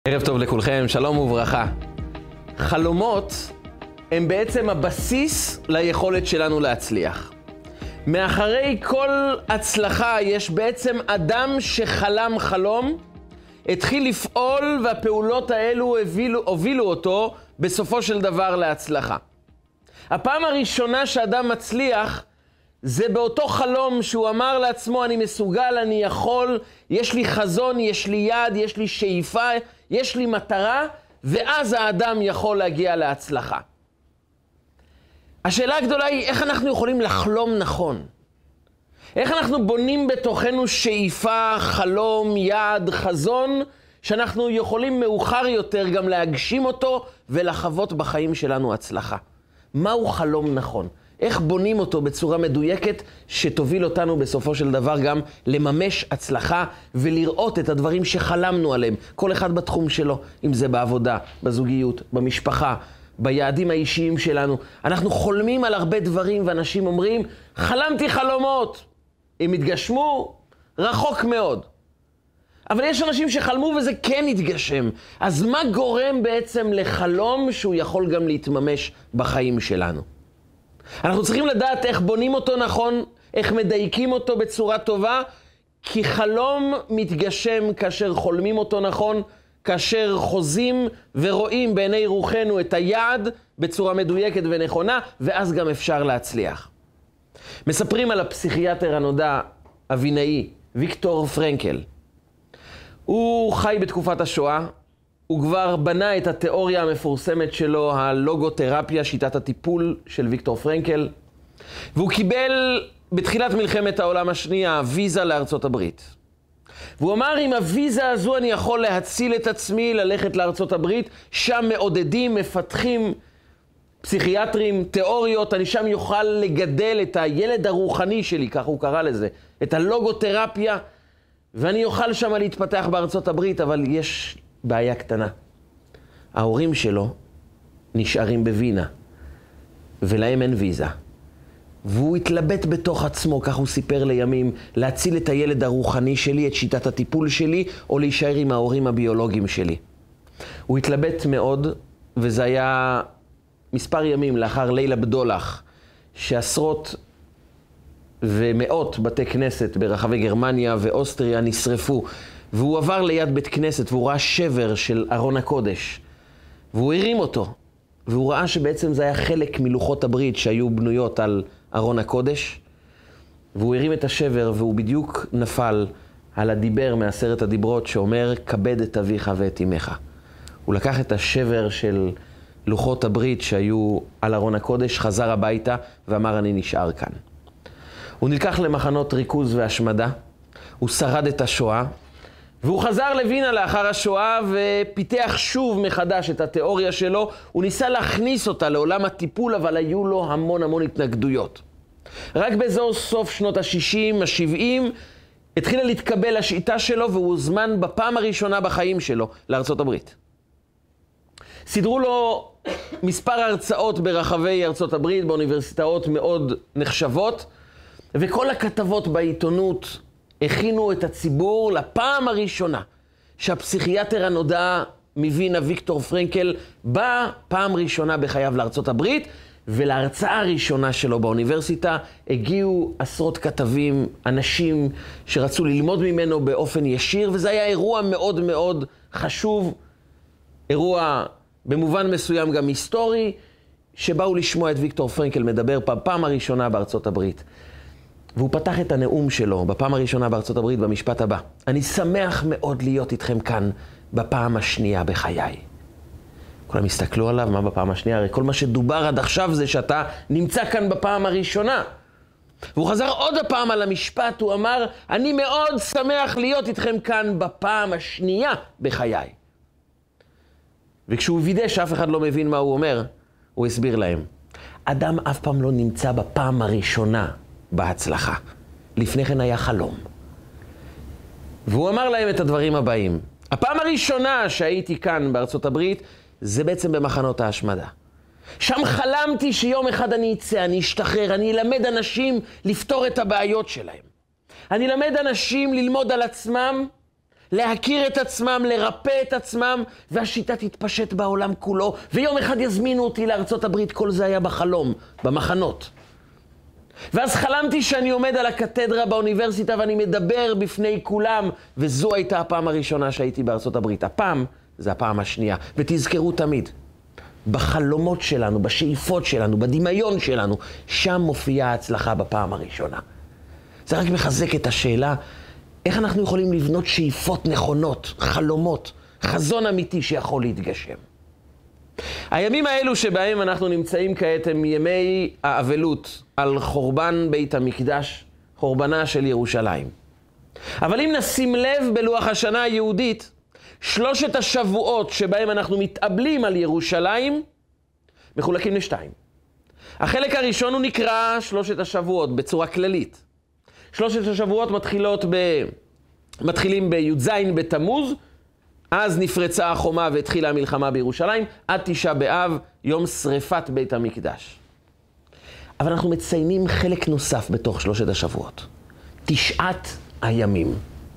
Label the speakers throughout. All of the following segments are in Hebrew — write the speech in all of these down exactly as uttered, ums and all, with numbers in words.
Speaker 1: ערב טוב לכולכם, שלום וברכה. חלומות הם בעצם הבסיס ליכולת שלנו להצליח. מאחרי כל הצלחה יש בעצם אדם שחלם חלום, התחיל לפעול והפעולות האלו הובילו, הובילו אותו בסופו של דבר להצלחה. הפעם הראשונה שאדם מצליח זה באותו חלום שהוא אמר לעצמו, אני מסוגל, אני יכול, יש לי חזון, יש לי יעד, יש לי שאיפה, יש לי מטרה, ואז האדם יכול להגיע להצלחה. השאלה הגדולה היא, איך אנחנו יכולים לחלום נכון? איך אנחנו בונים בתוכנו שאיפה, חלום, יעד, חזון, שאנחנו יכולים מאוחר יותר גם להגשים אותו ולחוות בחיים שלנו הצלחה? מהו חלום נכון? איך בונים אותו בצורה מדויקת שתוביל אותנו בסופו של דבר גם לממש הצלחה ולראות את הדברים שחלמנו עליהם, כל אחד בתחום שלו, אם זה בעבודה, בזוגיות, במשפחה, ביעדים האישיים שלנו. אנחנו חולמים על הרבה דברים ואנשים אומרים, חלמתי חלומות, הם התגשמו רחוק מאוד. אבל יש אנשים שחלמו וזה כן התגשם. אז מה גורם בעצם לחלום שהוא יכול גם להתממש בחיים שלנו? אנחנו צריכים לדעת איך בונים אותו נכון, איך מדייקים אותו בצורה טובה, כי חלום מתגשם כאשר חולמים אותו נכון, כאשר חוזים ורואים בעיני רוחנו את היעד בצורה מדויקת ונכונה, ואז גם אפשר להצליח. מספרים על הפסיכיאטר הנודע אבינאי, ויקטור פרנקל. הוא חי בתקופת השואה, הוא כבר בנה את התיאוריה המפורסמת שלו, הלוגותרפיה, שיטת הטיפול של ויקטור פרנקל, והוא קיבל בתחילת מלחמת העולם השנייה ויזה לארצות הברית. והוא אמר, עם הוויזה הזו אני יכול להציל את עצמי, ללכת לארצות הברית, שם מעודדים, מפתחים פסיכיאטרים, תיאוריות, אני שם יוכל לגדל את הילד הרוחני שלי, כך הוא קרא לזה, את הלוגותרפיה, ואני יוכל שם להתפתח בארצות הברית, אבל יש בעיה קטנה. ההורים שלו נשארים בווינה, ולהם אין ויזה. והוא התלבט בתוך עצמו, כך הוא סיפר לימים, להציל את הילד הרוחני שלי, את שיטת הטיפול שלי, או להישאר עם ההורים הביולוגיים שלי. הוא התלבט מאוד, וזה היה מספר ימים לאחר ליל הבדולח, שעשרות ומאות בתי כנסת ברחבי גרמניה ואוסטריה נשרפו, והוא עבר ליד בית כנסת, והוא ראה שבר של ארון הקודש, והוא הרים אותו, והוא ראה שבעצם זה היה חלק מלוחות הברית שהיו בנויות על ארון הקודש, והוא הרים את השבר, והוא בדיוק נפל על הדיבר מעשרת הדיברות שאומר, כבד את אביך ואת אמך. הוא לקח את השבר של לוחות הברית שהיו על ארון הקודש, חזר הביתה ואמר, אני נשאר כאן. הוא נלקח למחנות ריכוז והשמדה, הוא שרד את השואה, והוא חזר לווינה לאחר השואה ופיתח שוב מחדש את התיאוריה שלו. הוא ניסה להכניס אותה לעולם הטיפול, אבל היו לו המון המון התנגדויות. רק באזור סוף שנות ה-שישים, ה-שבעים, התחילה להתקבל השיטה שלו, והוא הוזמן בפעם הראשונה בחיים שלו לארצות הברית. סידרו לו מספר הרצאות ברחבי ארצות הברית, באוניברסיטאות מאוד נחשבות, וכל הכתבות בעיתונות הכינו את הציבור לפעם הראשונה שהפסיכיאטר הנודע מווינה ויקטור פרנקל בא פעם ראשונה בחייו לארצות הברית, ולהרצאה הראשונה שלו באוניברסיטה הגיעו עשרות כתבים, אנשים שרצו ללמוד ממנו באופן ישיר, וזה היה אירוע מאוד מאוד חשוב, אירוע במובן מסוים גם היסטורי, שבאו לשמוע את ויקטור פרנקל מדבר פעם הראשונה בארצות הברית. והוא פתח את הנאום שלו בפעם הראשונה בארצות הברית במשפט הבא. אני שמח מאוד להיות איתכם כאן בפעם השנייה בחיי. כולם הסתכלו עליו, מה בפעם השנייה? הרי כל מה שדובר עד עכשיו זה שאתה נמצא כאן בפעם הראשונה. והוא חזר עוד הפעם על המשפט, הוא אמר, אני מאוד שמח להיות איתכם כאן בפעם השנייה בחיי. וכשהוא וידא שאף אחד לא מבין מה הוא אומר, הוא הסביר להם. אדם אף פעם לא נמצא בפעם הראשונה בהצלחה. לפני כן היה חלום. והוא אמר להם את הדברים הבאים. הפעם הראשונה שהייתי כאן בארצות הברית, זה בעצם במחנות ההשמדה. שם חלמתי שיום אחד אני אצא, אני אשתחרר, אני אלמד אנשים לפתור את הבעיות שלהם. אני אלמד אנשים ללמוד על עצמם, להכיר את עצמם, לרפא את עצמם, והשיטה תתפשט בעולם כולו, ויום אחד יזמינו אותי לארצות הברית. כל זה היה בחלום, במחנות. ואז חלמתי שאני עומד על הקתדרה באוניברסיטה ואני מדבר בפני כולם, וזו הייתה הפעם הראשונה שהייתי בארצות הברית. הפעם זה הפעם השנייה, ותזכרו תמיד, בחלומות שלנו, בשאיפות שלנו, בדמיון שלנו, שם מופיעה ההצלחה בפעם הראשונה. זה רק מחזק את השאלה, איך אנחנו יכולים לבנות שאיפות נכונות, חלומות, חזון אמיתי שיכול להתגשם. הימים האלו שבהם אנחנו נמצאים כעת הם ימי האבלות על חורבן בית המקדש, חורבנה של ירושלים. אבל אם נשים לב בלוח השנה היהודית, שלושת השבועות שבהם אנחנו מתאבלים על ירושלים, מחולקים לשתיים. החלק הראשון הוא נקרא שלושת השבועות בצורה כללית. שלושת השבועות מתחילות ב... מתחילים בי"ז בתמוז, אז נפרצה החומה והתחילה המלחמה בירושלים, עד תשעה באב, יום שריפת בית המקדש. אבל אנחנו מציינים חלק נוסף בתוך שלושת השבועות. תשעת הימים.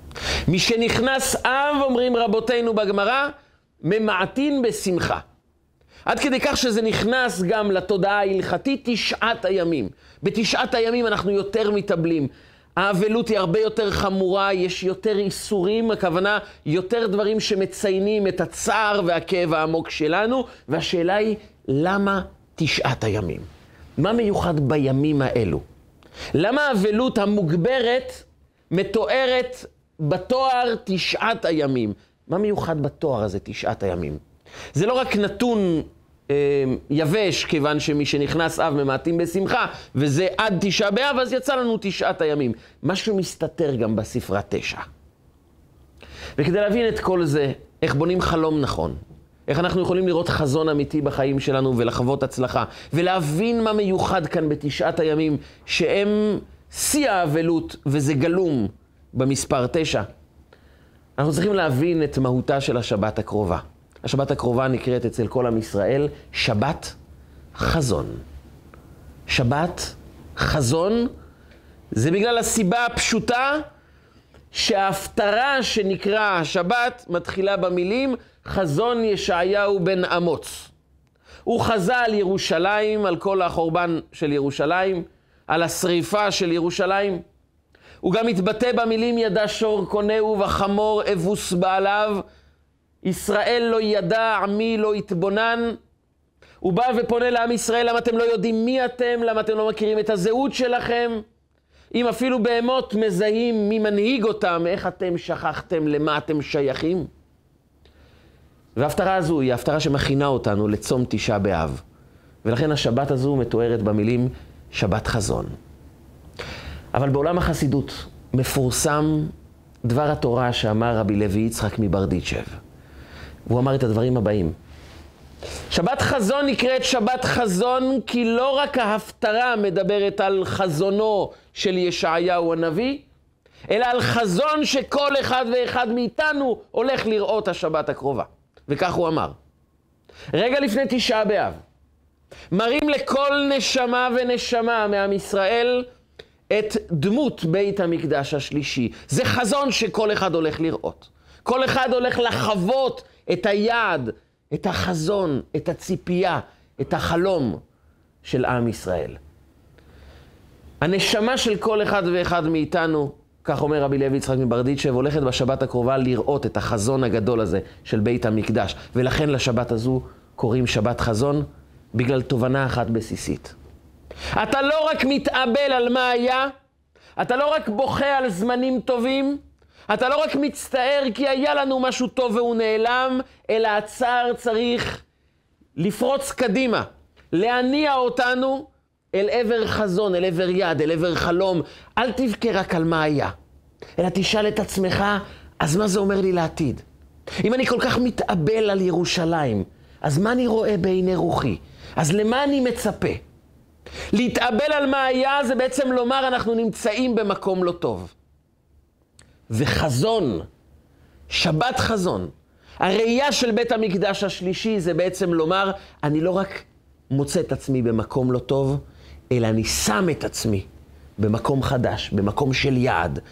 Speaker 1: משנכנס אב, אומרים רבותינו בגמרא, ממעטין בשמחה. עד כדי כך שזה נכנס גם לתודעה ההלכתית, תשעת הימים. בתשעת הימים אנחנו יותר מתאבלים. האבלות היא הרבה יותר חמורה, יש יותר איסורים, הכוונה יותר דברים שמציינים את הצער והכאב העמוק שלנו, והשאלה היא, למה תשעת הימים? מה מיוחד בימים האלו? למה האבלות המוגברת מתוארת בתואר תשעת הימים? מה מיוחד בתואר הזה, תשעת הימים? זה לא רק נתון אה, יבש, כיוון שמי שנכנס אב ממעטים בשמחה, וזה עד תשעה באב, אז יצא לנו תשעת הימים. משהו מסתתר גם בספרה תשע. וכדי להבין את כל זה, איך בונים חלום נכון, איך אנחנו יכולים לראות חזון אמיתי בחיים שלנו ולחוות הצלחה, ולהבין מה מיוחד כאן בתשעת הימים, שהם שיא האבלות, וזה גלום במספר תשע. אנחנו צריכים להבין את מהותה של השבת הקרובה. השבת הקרובה נקראת אצל כל עם ישראל שבת חזון. שבת חזון זה בגלל הסיבה הפשוטה שההפטרה שנקרא השבת מתחילה במילים חזון ישעיהו בן אמוץ. הוא חזה על ירושלים, על כל החורבן של ירושלים, על השריפה של ירושלים. הוא גם מתבטא במילים ידע שור קונהו וחמור אבוס בעליו, ישראל לא ידע, עמי לא התבונן. הוא בא ופונה לעם ישראל, למה אתם לא יודעים מי אתם, למה אתם לא מכירים את הזהות שלכם? אם אפילו בהמות מזהים מי מנהיג אותם, איך אתם שכחתם למה אתם שייכים? וההפטרה הזו היא ההפטרה שמכינה אותנו לצום תשעה באב. ולכן השבת הזו מתוארת במילים שבת חזון. אבל בעולם החסידות מפורסם דבר התורה שאמר רבי לוי יצחק מברדיצ'ב. והוא אמר את הדברים הבאים. שבת חזון נקראת שבת חזון כי לא רק ההפטרה מדברת על חזונו של ישעיהו הנביא, אלא על חזון שכל אחד ואחד מאיתנו הולך לראות השבת הקרובה. וכך הוא אמר. רגע לפני תשעה באב, מראים לכל נשמה ונשמה מעם ישראל את דמות בית המקדש השלישי. זה חזון שכל אחד הולך לראות. כל אחד הולך לחוות את היעד, את החזון, את הציפייה, את החלום של עם ישראל. הנשמה של כל אחד ואחד מאיתנו, כך אומר רבי לוי יצחק מברדיצ'ב, הולכת בשבת הקרובה לראות את החזון הגדול הזה של בית המקדש. ולכן לשבת הזו קוראים שבת חזון בגלל תובנה אחת בסיסית. אתה לא רק מתאבל על מה היה, אתה לא רק בוכה על זמנים טובים, אתה לא רק מצטער כי היה לנו משהו טוב והוא נעלם, אלא הצער צריך לפרוץ קדימה, להניע אותנו אל עבר חזון, אל עבר יד, אל עבר חלום. אל תבכה רק על מה היה, אלא תשאל את עצמך, אז מה זה אומר לי לעתיד? אם אני כל כך מתאבל על ירושלים, אז מה אני רואה בעיני רוחי? אז למה אני מצפה? להתאבל על מה היה זה בעצם לומר אנחנו נמצאים במקום לא טוב. וחזון, שבת חזון, הראייה של בית המקדש השלישי זה בעצם לומר, אני לא רק מוצא את עצמי במקום לא טוב, אלא אני שם את עצמי במקום חדש, במקום של יעד,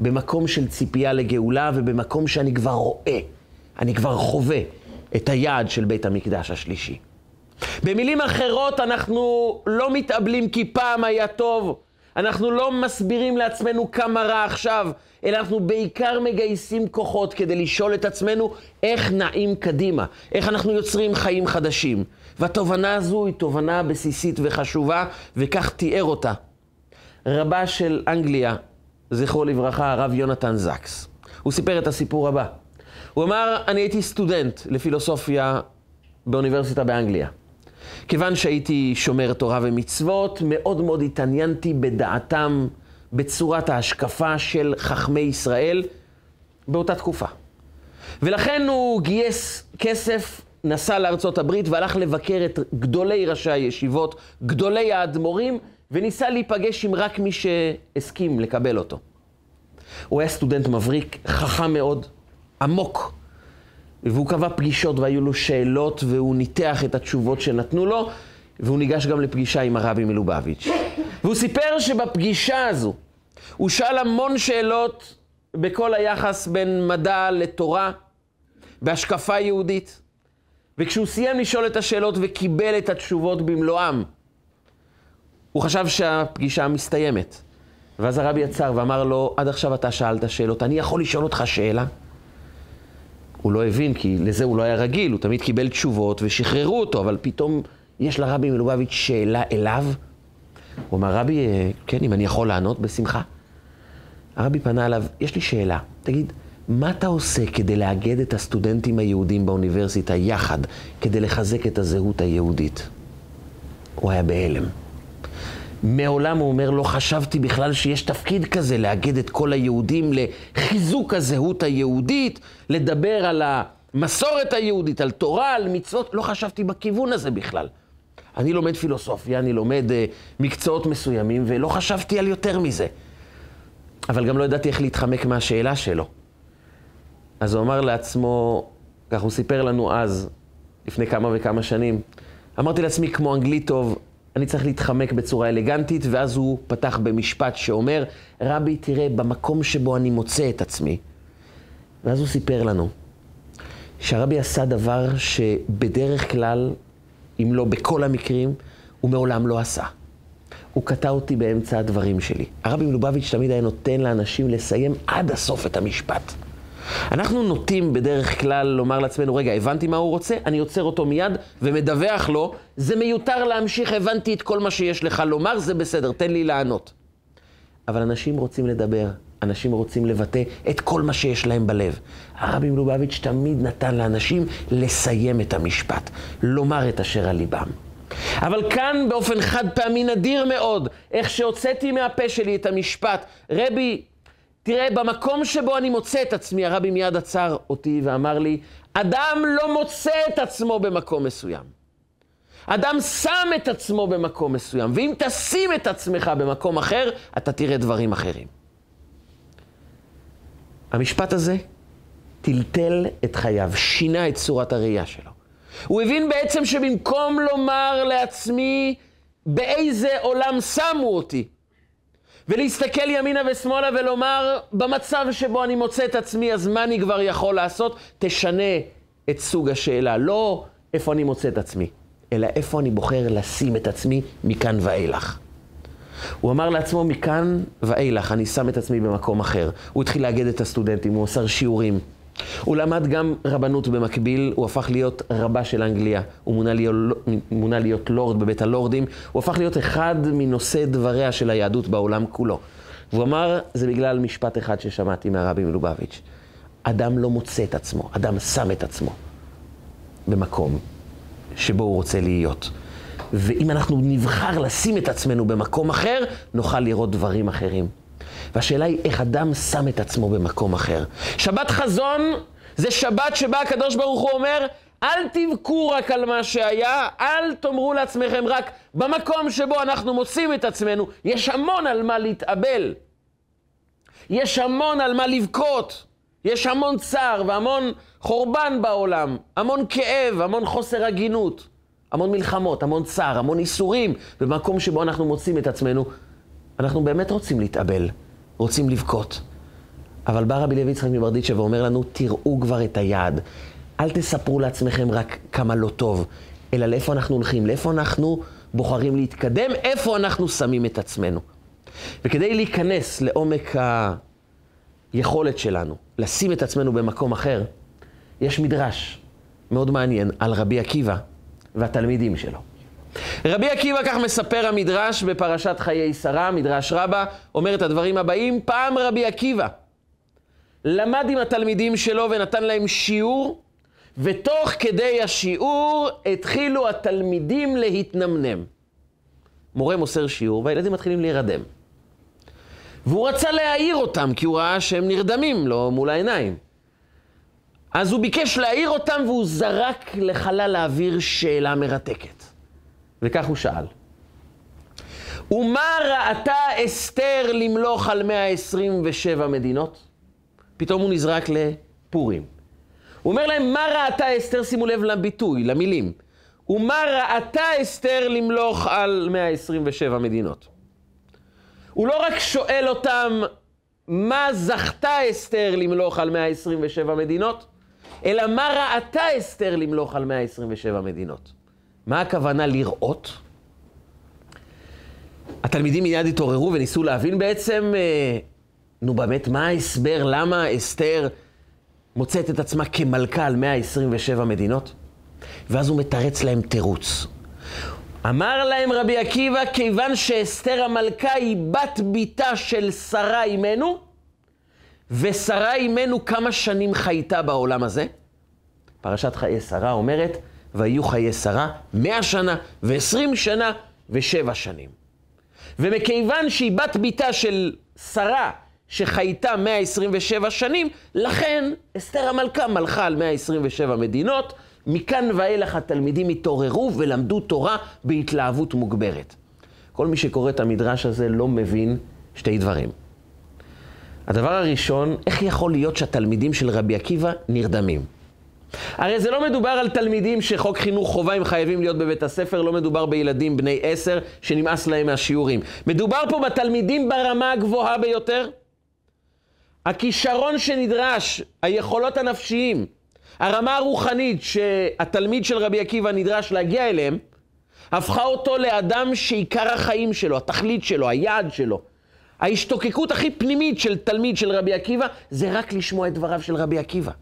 Speaker 1: במקום של ציפייה לגאולה ובמקום שאני כבר רואה, אני כבר חווה את היעד של בית המקדש השלישי. במילים אחרות, אנחנו לא מתאבלים כי פעם היה טוב, אנחנו לא מסבירים לעצמנו כמה רע עכשיו, אלא אנחנו בעיקר מגייסים כוחות כדי לשאול את עצמנו איך נעים קדימה, איך אנחנו יוצרים חיים חדשים. והתובנה הזו היא תובנה בסיסית וחשובה, וכך תיאר אותה רבה של אנגליה, זכרו לברכה, הרב יונתן זקס. הוא סיפר את הסיפור הבא. הוא אמר, אני הייתי סטודנט לפילוסופיה באוניברסיטה באנגליה. כיוון שהייתי שומר תורה ומצוות, מאוד מאוד התעניינתי בדעתם, בצורת ההשקפה של חכמי ישראל באותה תקופה. ולכן הוא גייס כסף, נסע לארצות הברית והלך לבקר את גדולי ראשי הישיבות, גדולי האדמו"רים, וניסה להיפגש עם רק מי שהסכים לקבל אותו. הוא היה סטודנט מבריק, חכם מאוד, עמוק, והוא קבע פגישות והיו לו שאלות, והוא ניתח את התשובות שנתנו לו, והוא ניגש גם לפגישה עם הרבי מלובביץ'. והוא סיפר שבפגישה הזו הוא שאל המון שאלות בכל היחס בין מדע לתורה, בהשקפה יהודית. וכשהוא סיים לשאול את השאלות וקיבל את התשובות במלואם, הוא חשב שהפגישה מסתיימת. ואז הרבי עצר ואמר לו, עד עכשיו אתה שאלת שאלות, אני יכול לשאול אותך שאלה? הוא לא הבין, כי לזה הוא לא היה רגיל, הוא תמיד קיבל תשובות ושחררו אותו, אבל פתאום יש לרבי מלובביץ' שאלה אליו. הוא אמר, רבי, כן, אם אני יכול לענות, בשמחה. הרבי פנה אליו, יש לי שאלה, תגיד, מה אתה עושה כדי לאגד את הסטודנטים היהודים באוניברסיטה יחד, כדי לחזק את הזהות היהודית? הוא היה בהלם. מעולם, הוא אומר, לא חשבתי בכלל שיש תפקיד כזה, לאגד את כל היהודים לחיזוק הזהות היהודית, לדבר על המסורת היהודית, על תורה, על מצוות, לא חשבתי בכיוון הזה בכלל. אני לומד פילוסופיה, אני לומד uh, מקצועות מסוימים, ולא חשבתי על יותר מזה. אבל גם לא ידעתי איך להתחמק מהשאלה שלו. אז הוא אמר לעצמו, כך הוא סיפר לנו אז, לפני כמה וכמה שנים, אמרתי לעצמי, כמו אנגלית טוב, אני צריך להתחמק בצורה אלגנטית, ואז הוא פתח במשפט שאומר, רבי, תראה, במקום שבו אני מוצא את עצמי. ואז הוא סיפר לנו, שהרבי עשה דבר שבדרך כלל, אם לא בכל המקרים, הוא מעולם לא עשה. הוא קטע אותי באמצע הדברים שלי. הרבי מלובביץ' תמיד היה נותן לאנשים לסיים עד הסוף את המשפט. אנחנו נוטים בדרך כלל לומר לעצמנו, רגע, הבנתי מה הוא רוצה, אני עוצר אותו מיד ומדווח לו, זה מיותר להמשיך, הבנתי את כל מה שיש לך לומר, זה בסדר, תן לי לענות. אבל אנשים רוצים לדבר, אנשים רוצים לבטא את כל מה שיש להם בלב. הרבי מלובביץ' תמיד נתן לאנשים לסיים את המשפט, לומר את אשר על ליבם. אבל כאן באופן חד פעמי נדיר מאוד, איך שהוצאתי מהפה שלי את המשפט, רבי, תראה, במקום שבו אני מוצא את עצמי, הרבי מיד עצר אותי ואמר לי, אדם לא מוצא את עצמו במקום מסוים. אדם שם את עצמו במקום מסוים, ואם תשים את עצמך במקום אחר, אתה תראה דברים אחרים. המשפט הזה טלטל את חייו, שינה את צורת הראייה שלו. הוא הבין בעצם שבמקום לומר לעצמי באיזה עולם שמו אותי, ולהסתכל ימינה ושמאלה ולומר, במצב שבו אני מוצא את עצמי, אז מה אני כבר יכול לעשות? תשנה את סוג השאלה. לא איפה אני מוצא את עצמי, אלא איפה אני בוחר לשים את עצמי מכאן ואילך. הוא אמר לעצמו, מכאן ואילך, אני שם את עצמי במקום אחר. הוא התחיל לאגד את הסטודנטים, הוא עושה שיעורים. הוא למד גם רבנות במקביל, הוא הפך להיות רבה של אנגליה, הוא מונה להיות, מונה להיות לורד בבית הלורדים, הוא הפך להיות אחד מנושא דבריה של היהדות בעולם כולו. והוא אמר, זה בגלל משפט אחד ששמעתי מהרבי מלובביץ', אדם לא מוצא את עצמו, אדם שם את עצמו במקום שבו הוא רוצה להיות. ואם אנחנו נבחר לשים את עצמנו במקום אחר, נוכל לראות דברים אחרים. והשאלה היא איך אדם שם את עצמו במקום אחר. שבת חזון זה שבת שבה הקדוש ברוך הוא אומר, אל תבכו רק על מה שהיה, אל תאמרו לעצמכם רק במקום שבו אנחנו מוצאים את עצמנו, יש המון על מה להתאבל. יש המון על מה לבכות. יש המון צער והמון חורבן בעולם, המון כאב, המון חוסר הגינות, המון מלחמות, המון צער, המון איסורים. במקום שבו אנחנו מוצאים את עצמנו, אנחנו באמת רוצים להתאבל, רוצים לבכות. אבל בא רבי לוי יצחק מברדיצ'ה ואומר לנו, תראו כבר את היעד. אל תספרו לעצמכם רק כמה לא טוב, אלא לאיפה אנחנו הולכים, לאיפה אנחנו בוחרים להתקדם, איפה אנחנו שמים את עצמנו. וכדי להיכנס לעומק היכולת שלנו, לשים את עצמנו במקום אחר, יש מדרש מאוד מעניין על רבי עקיבא והתלמידים שלו. רבי עקיבא, כך מספר המדרש בפרשת חיי שרה, מדרש רבה, אומר את הדברים הבאים. פעם רבי עקיבא למד עם התלמידים שלו ונתן להם שיעור, ותוך כדי השיעור התחילו התלמידים להתנמנם. מורה מוסר שיעור והילדים מתחילים להירדם. והוא רצה להעיר אותם כי הוא ראה שהם נרדמים לו מול העיניים. אז הוא ביקש להעיר אותם והוא זרק לחלל האוויר שאלה מרתקת. וכך הוא שאל. ומה ראתה אסתר למלוך על מאה עשרים ושבע מדינות? פתאום הוא נזרק לפורים. הוא אומר להם, מה ראתה אסתר? שימו לב לביטוי, למילים. ומה ראתה אסתר למלוך על מאה עשרים ושבע מדינות? הוא לא רק שואל אותם, מה זכתה אסתר למלוך על מאה עשרים ושבע מדינות? אלא מה ראתה אסתר למלוך על מאה עשרים ושבע מדינות? מה הכוונה לראות? התלמידים מיד התעוררו וניסו להבין בעצם, אה, נו באמת, מה ההסבר, למה אסתר מוצאת את עצמה כמלכה על מאה עשרים ושבע מדינות? ואז הוא מתרץ להם תירוץ. אמר להם רבי עקיבא, כיוון שאסתר המלכה היא בת ביתה של שרה אימנו, ושרה אימנו כמה שנים חייתה בעולם הזה? פרשת חיי שרה אומרת, והיו חיי שרה מאה שנה ועשרים שנה ושבע שנים. ומכיוון שהיא בת ביתה של שרה שחייתה מאה עשרים ושבע שנים, לכן אסתר המלכה מלכה על מאה עשרים ושבע מדינות. מכאן ואילך התלמידים התעוררו ולמדו תורה בהתלהבות מוגברת. כל מי שקורא את המדרש הזה לא מבין שתי דברים. הדבר הראשון, איך יכול להיות שהתלמידים של רבי עקיבא נרדמים? הרי זה לא מדובר על תלמידים שחוק חינוך חובה הם חייבים להיות בבית הספר, לא מדובר בילדים בני עשר שנמאס להם מהשיעורים. מדובר פה בתלמידים ברמה הגבוהה ביותר. הכישרון שנדרש, היכולות הנפשיים, הרמה הרוחנית שהתלמיד של רבי עקיבא נדרש להגיע אליהם, הפכה אותו לאדם שעיקר החיים שלו, התכלית שלו, היעד שלו. ההשתוקקות הכי פנימית של תלמיד של רבי עקיבא זה רק לשמוע את דבריו של רבי עקיבא.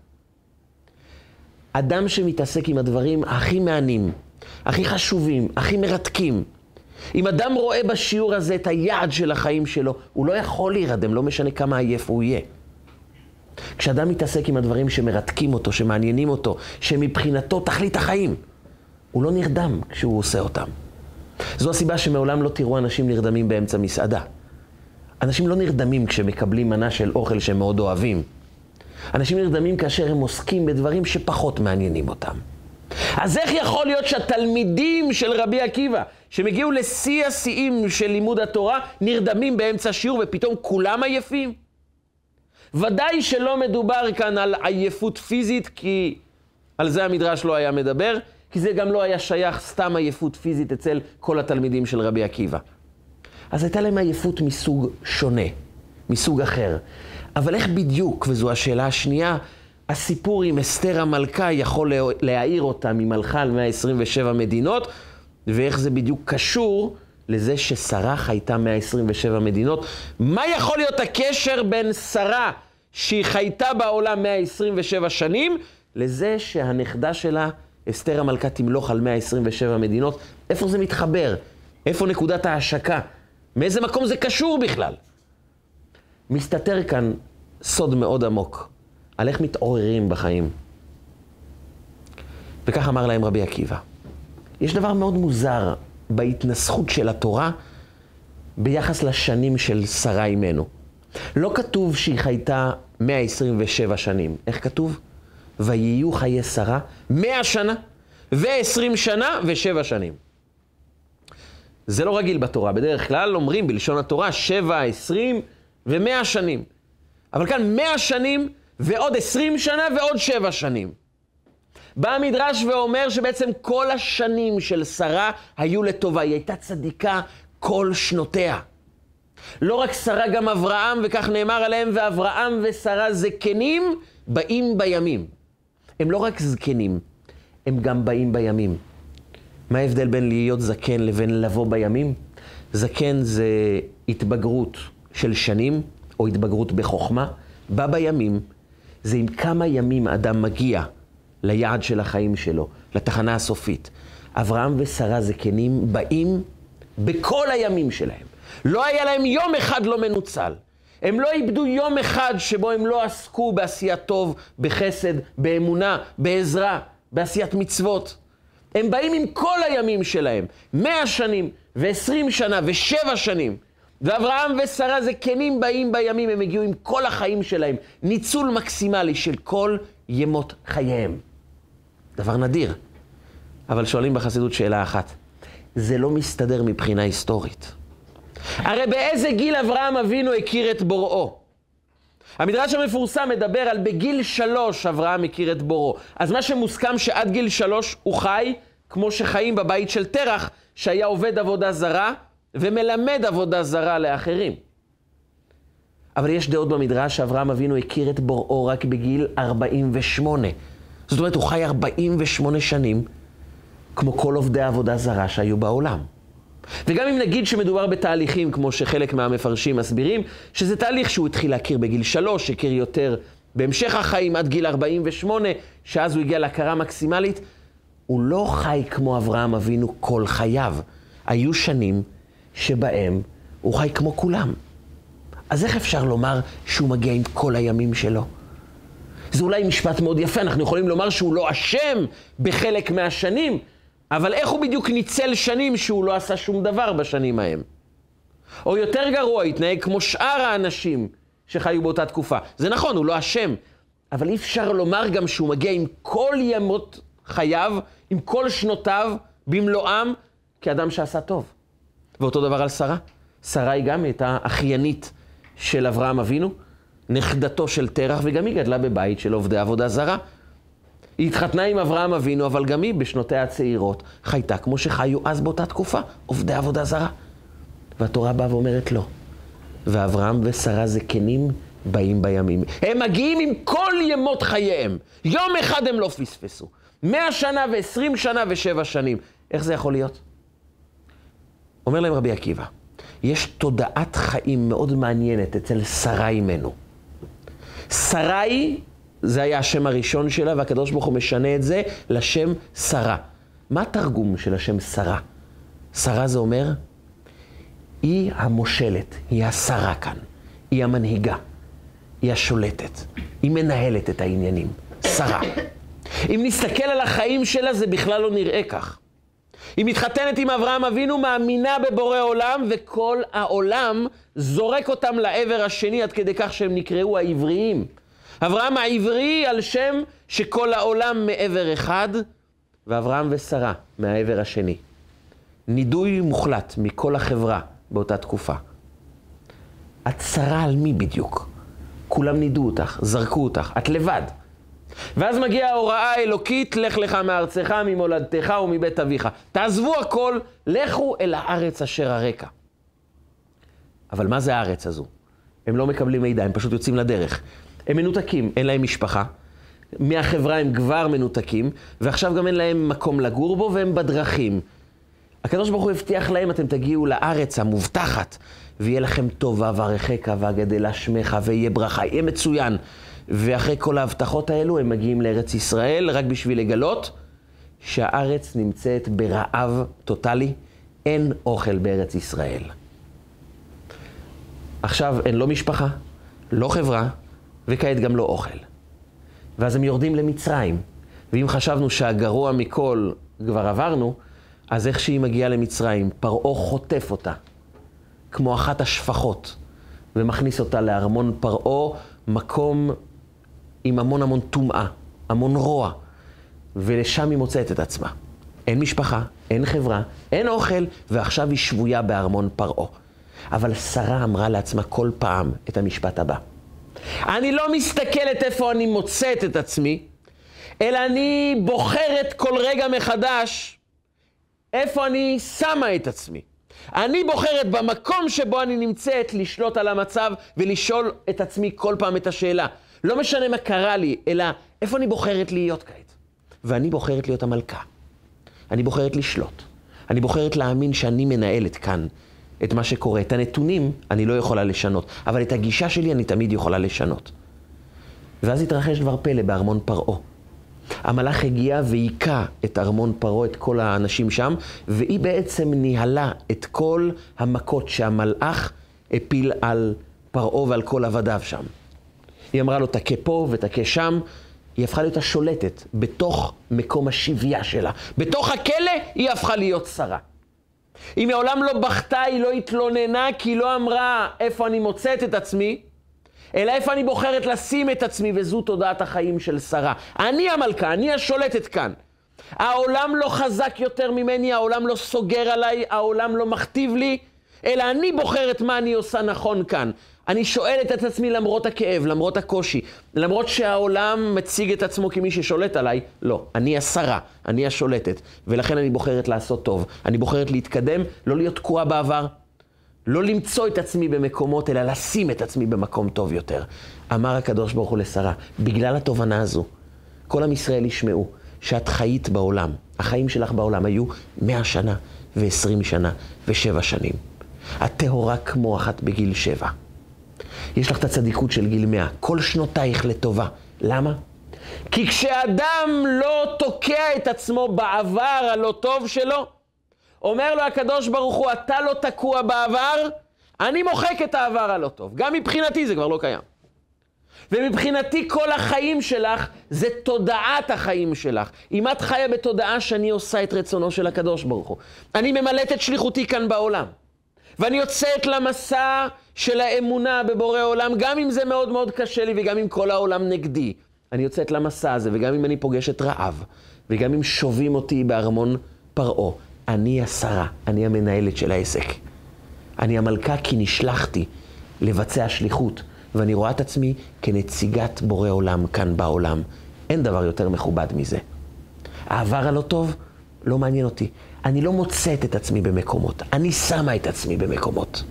Speaker 1: אדם שמתעסק עם הדברים הכי מעניינים, הכי חשובים, הכי מרתקים. אם אדם רואה בשיעור הזה את היעד של החיים שלו, הוא לא יכול להירדם, לא משנה כמה עייף הוא יהיה. כשאדם מתעסק עם הדברים שמרתקים אותו, שמעניינים אותו, שמבחינתו תכלית החיים, הוא לא נרדם כשהוא עושה אותם. זו הסיבה שמעולם לא תראו אנשים נרדמים באמצע מסעדה. אנשים לא נרדמים כשמקבלים מנה של אוכל שהם מאוד אוהבים. אנשים נרדמים כאשר הם עוסקים בדברים שפחות מעניינים אותם. אז איך יכול להיות שהתלמידים של רבי עקיבא, שמגיעו לשיא השיאים של לימוד התורה, נרדמים באמצע שיעור ופתאום כולם עייפים? ודאי שלא מדובר כאן על עייפות פיזית, כי על זה המדרש לא היה מדבר, כי זה גם לא היה שייך סתם עייפות פיזית אצל כל התלמידים של רבי עקיבא. אז הייתה להם עייפות מסוג שונה, מסוג אחר. אבל איך בדיוק, וזו השאלה השנייה, הסיפור עם אסתר המלכה יכול להעיר אותה ממלכה על מאה עשרים ושבע מדינות, ואיך זה בדיוק קשור לזה ששרה חייתה מאה עשרים ושבע מדינות. מה יכול להיות הקשר בין שרה שהיא חייתה בעולם מאה עשרים ושבע שנים, לזה שהנכדה שלה, אסתר המלכה, תמלוך על מאה עשרים ושבע מדינות? איפה זה מתחבר? איפה נקודת ההשקה? מאיזה מקום זה קשור בכלל? מסתתר כאן סוד מאוד עמוק על איך מתעוררים בחיים. וכך אמר להם רבי עקיבא. יש דבר מאוד מוזר בהתנסחות של התורה ביחס לשנים של שרה אימנו. לא כתוב שהיא חייתה מאה עשרים ושבע שנים. איך כתוב? ויהיו חיי שרה מאה שנה ועשרים שנה ושבע שנים. זה לא רגיל בתורה. בדרך כלל אומרים בלשון התורה שבע, עשרים ומאה שנים. אבל כאן מאה שנים ועוד עשרים שנה ועוד שבע שנים. בא המדרש ואומר שבעצם כל השנים של שרה היו לטובה. היא הייתה צדיקה כל שנותיה. לא רק שרה, גם אברהם, וכך נאמר עליהם, ואברהם ושרה זקנים באים בימים. הם לא רק זקנים, הם גם באים בימים. מה ההבדל בין להיות זקן לבין לבוא בימים? זקן זה התבגרות של שנים, או התבגרות בחוכמה. בא בימים, זה עם כמה ימים אדם מגיע ליעד של החיים שלו, לתחנה הסופית. אברהם ושרה זקנים באים בכל הימים שלהם. לא היה להם יום אחד לא מנוצל. הם לא איבדו יום אחד שבו הם לא עסקו בעשיית טוב, בחסד, באמונה, בעזרה, בעשיית מצוות. הם באים עם כל הימים שלהם, מאה שנים ועשרים שנה ושבע שנים. ואברהם ושרה זקנים באים בימים, הם הגיעו עם כל החיים שלהם, ניצול מקסימלי של כל ימות חייהם. דבר נדיר. אבל שואלים בחסידות שאלה אחת, זה לא מסתדר מבחינה היסטורית. הרי באיזה גיל אברהם אבינו הכיר את בוראו? המדרש המפורסם מדבר על בגיל שלוש אברהם הכיר את בוראו. אז מה שמוסכם שעד גיל שלוש הוא חי כמו שחיים בבית של תרח, שהיה עובד עבודה זרה ומלמד עבודה זרה לאחרים. אבל יש דעות במדרש שאברהם אבינו הכיר את בוראו רק בגיל ארבעים ושמונה. זאת אומרת, הוא חי ארבעים ושמונה שנים כמו כל עובדי עבודה זרה שהיו בעולם. וגם אם נגיד שמדובר בתהליכים, כמו שחלק מהמפרשים מסבירים, שזה תהליך שהוא התחיל להכיר בגיל שלוש, הכיר יותר בהמשך החיים עד גיל ארבעים ושמונה, שאז הוא הגיע להכרה מקסימלית, הוא לא חי כמו אברהם אבינו כל חייו. היו שנים שבהם הוא חי כמו כולם. אז איך אפשר לומר שהוא מגיע עם כל הימים שלו? זה אולי משפט מאוד יפה, אנחנו יכולים לומר שהוא לא אשם בחלק מהשנים, אבל איך הוא בדיוק ניצל שנים שהוא לא עשה שום דבר בשנים ההם? או יותר גרוע, התנהג כמו שאר האנשים שחיו באותה תקופה. זה נכון, הוא לא אשם, אבל אי אפשר לומר גם שהוא מגיע עם כל ימות חייו, עם כל שנותיו, במלואם, כאדם שעשה טוב. ואותו דבר על שרה. שרה היא גם הייתה אחיינית של אברהם אבינו, נכדתו של תרח, וגם היא גדלה בבית של עובדי עבודה זרה. היא התחתנה עם אברהם אבינו, אבל גם היא בשנותיה הצעירות חייתה כמו שחיו אז באותה תקופה, עובדי עבודה זרה. והתורה באה ואומרת לא. ואברהם ושרה זקנים באים בימים. הם מגיעים עם כל ימות חייהם. יום אחד הם לא פספסו. מאה שנה ועשרים שנה ושבע שנים. איך זה יכול להיות? אומר להם רבי עקיבא, יש תודעת חיים מאוד מעניינת אצל שרה אימנו. שרי, זה היה השם הראשון שלה, והקדוש ברוך הוא משנה את זה לשם שרה. מה התרגום של השם שרה? שרה זה אומר, היא המושלת, היא השרה כאן, היא המנהיגה, היא השולטת, היא מנהלת את העניינים, שרה. אם נסתכל על החיים שלה, זה בכלל לא נראה כך. היא מתחתנת עם אברהם אבינו, מאמינה בבורא עולם, וכל העולם זורק אותם לעבר השני, עד כדי כך שהם נקראו העבריים. אברהם העברי על שם שכל העולם מעבר אחד, ואברהם ושרה מהעבר השני. נידוי מוחלט מכל החברה באותה תקופה. את שרה על מי בדיוק? כולם נידו אותך, זרקו אותך, את לבד. ואז מגיעה ההוראה האלוקית, לך לך מארצך, ממולדתך ומבית אביך. תעזבו הכל, לכו אל הארץ אשר הרקע. אבל מה זה הארץ הזו? הם לא מקבלים מידע, הם פשוט יוצאים לדרך. הם מנותקים, אין להם משפחה. מהחברה הם כבר מנותקים, ועכשיו גם אין להם מקום לגור בו, והם בדרכים. הקדוש ברוך הוא הבטיח להם, אתם תגיעו לארץ המובטחת, ויהיה לכם טוב, ואברכך, ואגדלה שמך, ויהיה ברכה, יהיה מצוין. ואחרי כל ההבטחות האלו, הם מגיעים לארץ ישראל, רק בשביל לגלות שהארץ נמצאת ברעב טוטלי, אין אוכל בארץ ישראל. עכשיו אין לא משפחה, לא חברה, וכעת גם לא אוכל. ואז הם יורדים למצרים. ואם חשבנו שהגרוע מכל כבר עברנו, אז איך שהיא מגיעה למצרים, פרעה חוטף אותה, כמו אחת השפחות, ומכניס אותה לארמון פרעה, מקום עם המון המון טומאה, המון רוע, ולשם היא מוצאת את עצמה. אין משפחה, אין חברה, אין אוכל, ועכשיו היא שבויה בארמון פרעה. אבל שרה אמרה לעצמה כל פעם את המשפט הבא. אני לא מסתכלת איפה אני מוצאת את עצמי, אלא אני בוחרת כל רגע מחדש איפה אני שמה את עצמי. אני בוחרת במקום שבו אני נמצאת לשלוט על המצב ולשאול את עצמי כל פעם את השאלה. לא משנה מה קרה לי, אלא איפה אני בוחרת להיות כעת. ואני בוחרת להיות המלכה. אני בוחרת לשלוט. אני בוחרת להאמין שאני מנהלת כאן את מה שקורה. את הנתונים אני לא יכולה לשנות, אבל את הגישה שלי אני תמיד יכולה לשנות. ואז התרחש דבר פלא בארמון פרעה. המלאך הגיע והיכה את ארמון פרעה, את כל האנשים שם, והיא בעצם ניהלה את כל המכות שהמלאך הפיל על פרעה ועל כל עבדיו שם. היא אמרה לו, תכה פה ותכה שם. היא הפכה להיות השולטת בתוך מקום השביה שלה. בתוך הכלא היא הפכה להיות שרה. היא מעולם לא בכתה, היא לא התלוננה, כי היא לא אמרה איפה אני מוצאת את עצמי, אלא איפה אני בוחרת לשים את עצמי, וזו תודעת החיים של שרה. אני המלכה, אני השולטת כאן. העולם לא חזק יותר ממני, העולם לא סוגר עליי, העולם לא מכתיב לי, אלא אני בוחרת מה אני עושה נכון כאן. אני שואלת את עצמי למרות הכאב, למרות הקושי, למרות שהעולם מציג את עצמו כמי ששולט עליי, לא, אני השרה, אני השולטת, ולכן אני בוחרת לעשות טוב. אני בוחרת להתקדם, לא להיות תקועה בעבר, לא למצוא את עצמי במקומות, אלא לשים את עצמי במקום טוב יותר. אמר הקדוש ברוך הוא לשרה, בגלל התובנה הזו, כל עם ישראל ישמעו שאת חיית בעולם, החיים שלך בעולם היו מאה שנה ועשרים שנה ושבע שנים. את טהורה כמו אחת בגיל שבע. יש לך את הצדיקות של גיל מאה, כל שנותייך לטובה. למה? כי כשאדם לא תוקע את עצמו בעבר הלא טוב שלו, אומר לו הקדוש ברוך הוא, אתה לא תקוע בעבר, אני מוחק את העבר הלא טוב. גם מבחינתי זה כבר לא קיים. ומבחינתי כל החיים שלך זה תודעת החיים שלך. אם את חיה בתודעה שאני עושה את רצונו של הקדוש ברוך הוא, אני ממלאת את שליחותי כאן בעולם. ואני יוצאת למסע של האמונה בבורא עולם, גם אם זה מאוד מאוד קשה לי וגם אם כל העולם נגדי. אני יוצאת למסע הזה, וגם אם אני פוגשת רעב, וגם אם שובים אותי בארמון פרעה, אני השרה, אני המנהלת של העסק. אני המלכה כי נשלחתי לבצע שליחות, ואני רואה את עצמי כנציגת בורא עולם כאן בעולם. אין דבר יותר מכובד מזה. העבר הלא טוב לא מעניין אותי. אני לא מוצאת את עצמי במקומות, אני שמה את עצמי במקומות.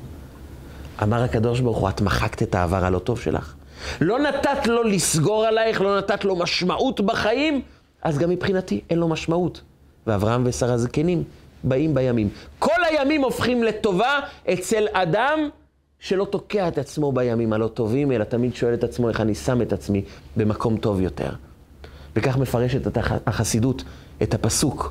Speaker 1: אמר הקדוש ברוך הוא, את מחקת את העבר הלא טוב שלך. לא נתת לו לסגור עלייך, לא נתת לו משמעות בחיים, אז גם מבחינתי אין לו משמעות. ואברהם ושרה זקנים באים בימים. כל הימים הופכים לטובה אצל אדם שלא תוקע את עצמו בימים הלא טובים, אלא תמיד שואל את עצמו איך אני שם את עצמי במקום טוב יותר. וכך מפרשת את החסידות, את הפסוק.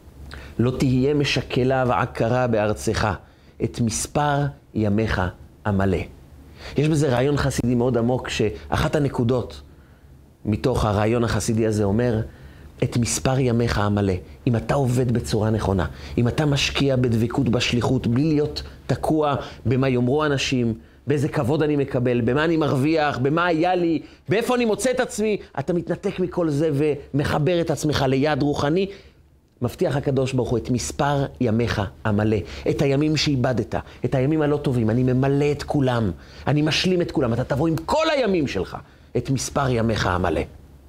Speaker 1: לא תהיה משקלה ועקרה בארצך, את מספר ימיך המלא. יש בזה רעיון חסידי מאוד עמוק, שאחת הנקודות מתוך הרעיון החסידי הזה אומר, את מספר ימיך המלא. אם אתה עובד בצורה נכונה, אם אתה משקיע בדבקות בשליחות, בלי להיות תקוע במה יאמרו אנשים, באיזה כבוד אני מקבל, במה אני מרוויח, במה היה לי, באיפה אני מוצא את עצמי, אתה מתנתק מכל זה ומחבר את עצמך ליד רוחני, מבטיח הקדוש ברוך הוא את מספר ימיך המלא, את הימים שאיבדת, את הימים הלא טובים, אני ממלא את כולם, אני משלים את כולם, אתה תבוא עם כל הימים שלך, את מספר ימיך המלא.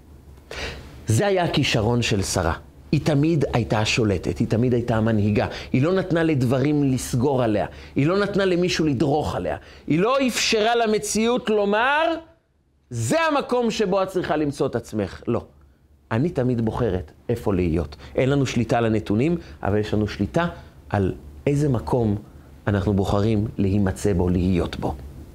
Speaker 1: זה היה הכישרון של שרה. היא תמיד הייתה השולטת, היא תמיד הייתה המנהיגה. היא לא נתנה לדברים לסגור עליה, היא לא נתנה למישהו לדרוך עליה. היא לא אפשרה למציאות לומר, זה המקום שבו את צריכה למצוא את עצמך. לא. אני תמיד בוחרת איפה להיות. אין לנו שליטה על הנתונים, אבל יש לנו שליטה על איזה מקום אנחנו בוחרים להימצא בו, להיות בו.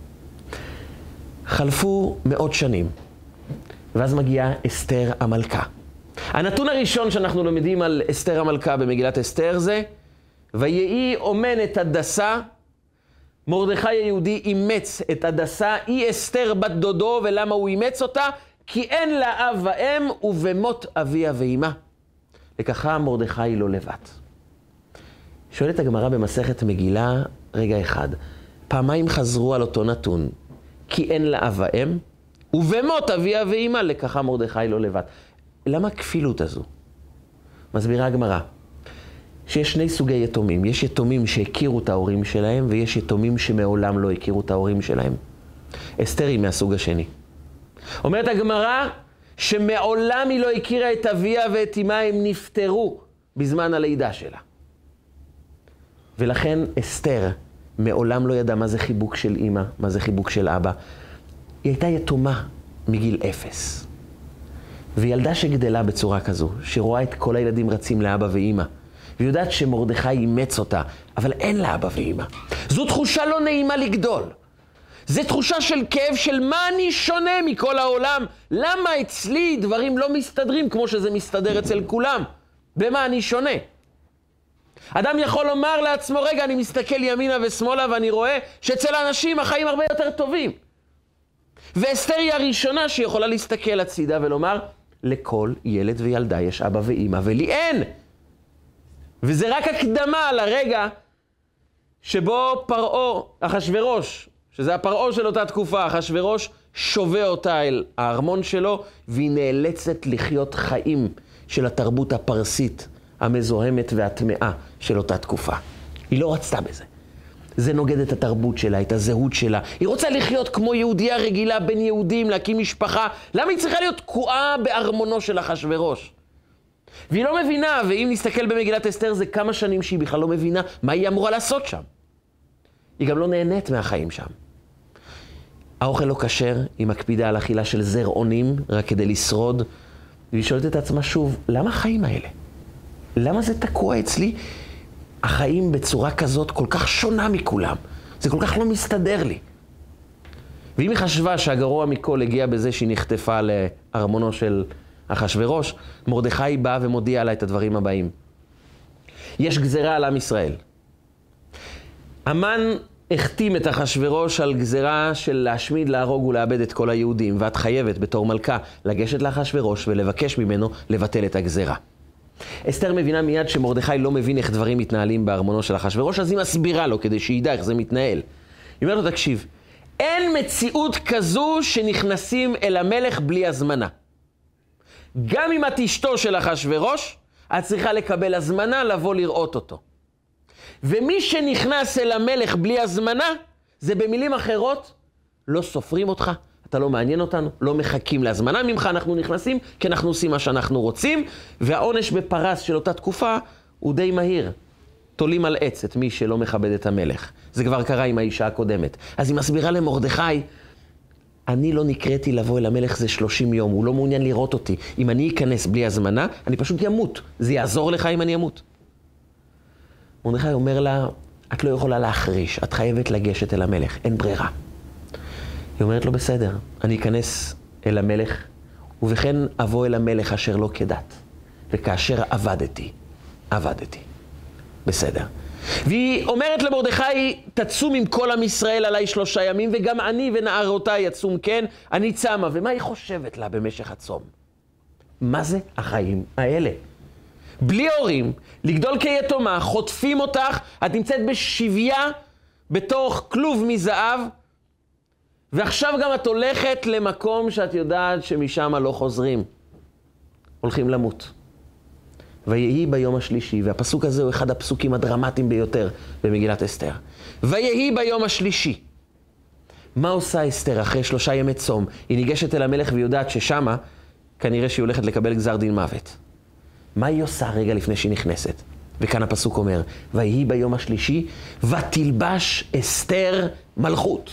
Speaker 1: חלפו מאות שנים, ואז מגיעה אסתר המלכה. הנתון הראשון שאנחנו לומדים על אסתר המלכה במגילת אסתר זה, ויהי אומנת הדסה, מרדכי היהודי אימץ את הדסה, היא אסתר בת דודו, ולמה הוא אימץ אותה? כי אין לה אב ואם, ובמות אביה ואימה. לקחה מרדכי לא לבד. שואלת הגמרא במסכת מגילה, רגע אחד, פעמיים חזרו על אותו נתון, כי אין לה אב ואם, ובמות אביה ואימה, לקחה מרדכי לא לבד. למה הכפילות הזו? מסבירה הגמרא, שיש שני סוגי יתומים. יש יתומים שהכירו את ההורים שלהם, ויש יתומים שמעולם לא הכירו את ההורים שלהם. אסתר היא מהסוג השני. אומרת הגמרא שמעולם היא לא הכירה את אביה ואת אימה, הם נפטרו בזמן הלידה שלה. ולכן אסתר מעולם לא ידעה מה זה חיבוק של אמא, מה זה חיבוק של אבא. היא הייתה יתומה מגיל אפס. וילדה שגדלה בצורה כזו, שרואה את כל הילדים רצים לאבא ואמא, והיא יודעת שמרדכי אימץ אותה, אבל אין לה אבא ואמא. זו תחושה לא נעימה לגדול. זו תחושה של כאב של מה אני שונה מכל העולם. למה אצלי דברים לא מסתדרים כמו שזה מסתדר אצל כולם? במה אני שונה? אדם יכול לומר לעצמו, רגע, אני מסתכל ימינה ושמאלה ואני רואה שאצל האנשים החיים הרבה יותר טובים. ואסתר היא הראשונה שיכולה להסתכל הצידה ולומר, לכל ילד וילדה יש אבא ואמא ולי אין. וזה רק הקדמה לרגע שבו פרעה, אחשוורוש, שזה הפרעה של אותה תקופה, אחשוורוש שווה אותה אל הארמון שלו, והיא נאלצת לחיות חיים של התרבות הפרסית, המזוהמת והטמאה של אותה תקופה. היא לא רצתה בזה. זה נוגד את התרבות שלה, את הזהות שלה. היא רוצה לחיות כמו יהודיה רגילה בין יהודים, להקים משפחה. למה היא צריכה להיות תקועה בארמונו של אחשוורוש? והיא לא מבינה, ואם נסתכל במגילת אסתר, זה כמה שנים שהיא בכלל לא מבינה מה היא אמורה לעשות שם. היא גם לא נהנית מהחיים שם. האוכל לא כשר, היא מקפידה על אכילה של זר אונים, רק כדי לשרוד, והיא שואלת את עצמה שוב, למה החיים האלה? למה זה תקוע אצלי? החיים בצורה כזאת כל כך שונה מכולם. זה כל כך לא מסתדר לי. ואם היא חשבה שהגרוע מכל הגיע בזה שהיא נחטפה לארמונו של אחשוורוש, מרדכי בא ומודיע לה את הדברים הבאים. יש גזרה על עם ישראל. המן החתים את אחשוורוש על גזרה של להשמיד, להרוג ולאבד את כל היהודים, ואת חייבת בתור מלכה לגשת לאחשוורוש ולבקש ממנו לבטל את הגזרה. אסתר מבינה מיד שמרדכי לא מבין איך דברים מתנהלים בארמונו של אחשוורוש, אז היא מסבירה לו כדי שידע איך זה מתנהל. היא אומרת לו, תקשיב, אין מציאות כזו שנכנסים אל המלך בלי הזמנה. גם אם את אשתו של אחשוורוש, את צריכה לקבל הזמנה לבוא לראות אותו. ומי שנכנס אל המלך בלי הזמנה, זה במילים אחרות, לא סופרים אותך, אתה לא מעניין אותנו, לא מחכים להזמנה ממך, אנחנו נכנסים, כי אנחנו עושים מה שאנחנו רוצים, והעונש בפרס של אותה תקופה הוא די מהיר. תולים על עץ את מי שלא מכבד את המלך. זה כבר קרה עם האישה הקודמת. אז היא מסבירה למרדכי, אני לא נקראתי לבוא אל המלך זה שלושים יום, הוא לא מעוניין לראות אותי. אם אני אכנס בלי הזמנה, אני פשוט ימות. זה יעזור לך אם אני ימות. מרדכי אומר לה, את לא יכולה להחריש, את חייבת לגשת אל המלך, אין ברירה. היא אומרת לו, בסדר, אני אכנס אל המלך, ובכן אבוא אל המלך אשר לא כדת. וכאשר עבדתי, עבדתי. בסדר. והיא אומרת למרדכי, תצום עם כל עם ישראל עליי שלושה ימים, וגם אני ונערותיי יצום כן, אני צמה. ומה היא חושבת לה במשך הצום? מה זה החיים האלה? בלי הורים, לגדול כיתומה, חוטפים אותך, את נמצאת בשביה בתוך כלוב מזהב, ועכשיו גם את הולכת למקום שאת יודעת שמשם לא חוזרים. הולכים למות. ויהי ביום השלישי, והפסוק הזה הוא אחד הפסוקים הדרמטיים ביותר במגילת אסתר. ויהי ביום השלישי. מה עושה אסתר אחרי שלושה ימי צום? היא ניגשת אל המלך ויודעת ששמה כנראה שהיא הולכת לקבל גזר דין מוות. מה היא עושה רגע לפני שהיא נכנסת? וכאן הפסוק אומר, ויהי ביום השלישי, ותלבש אסתר מלכות.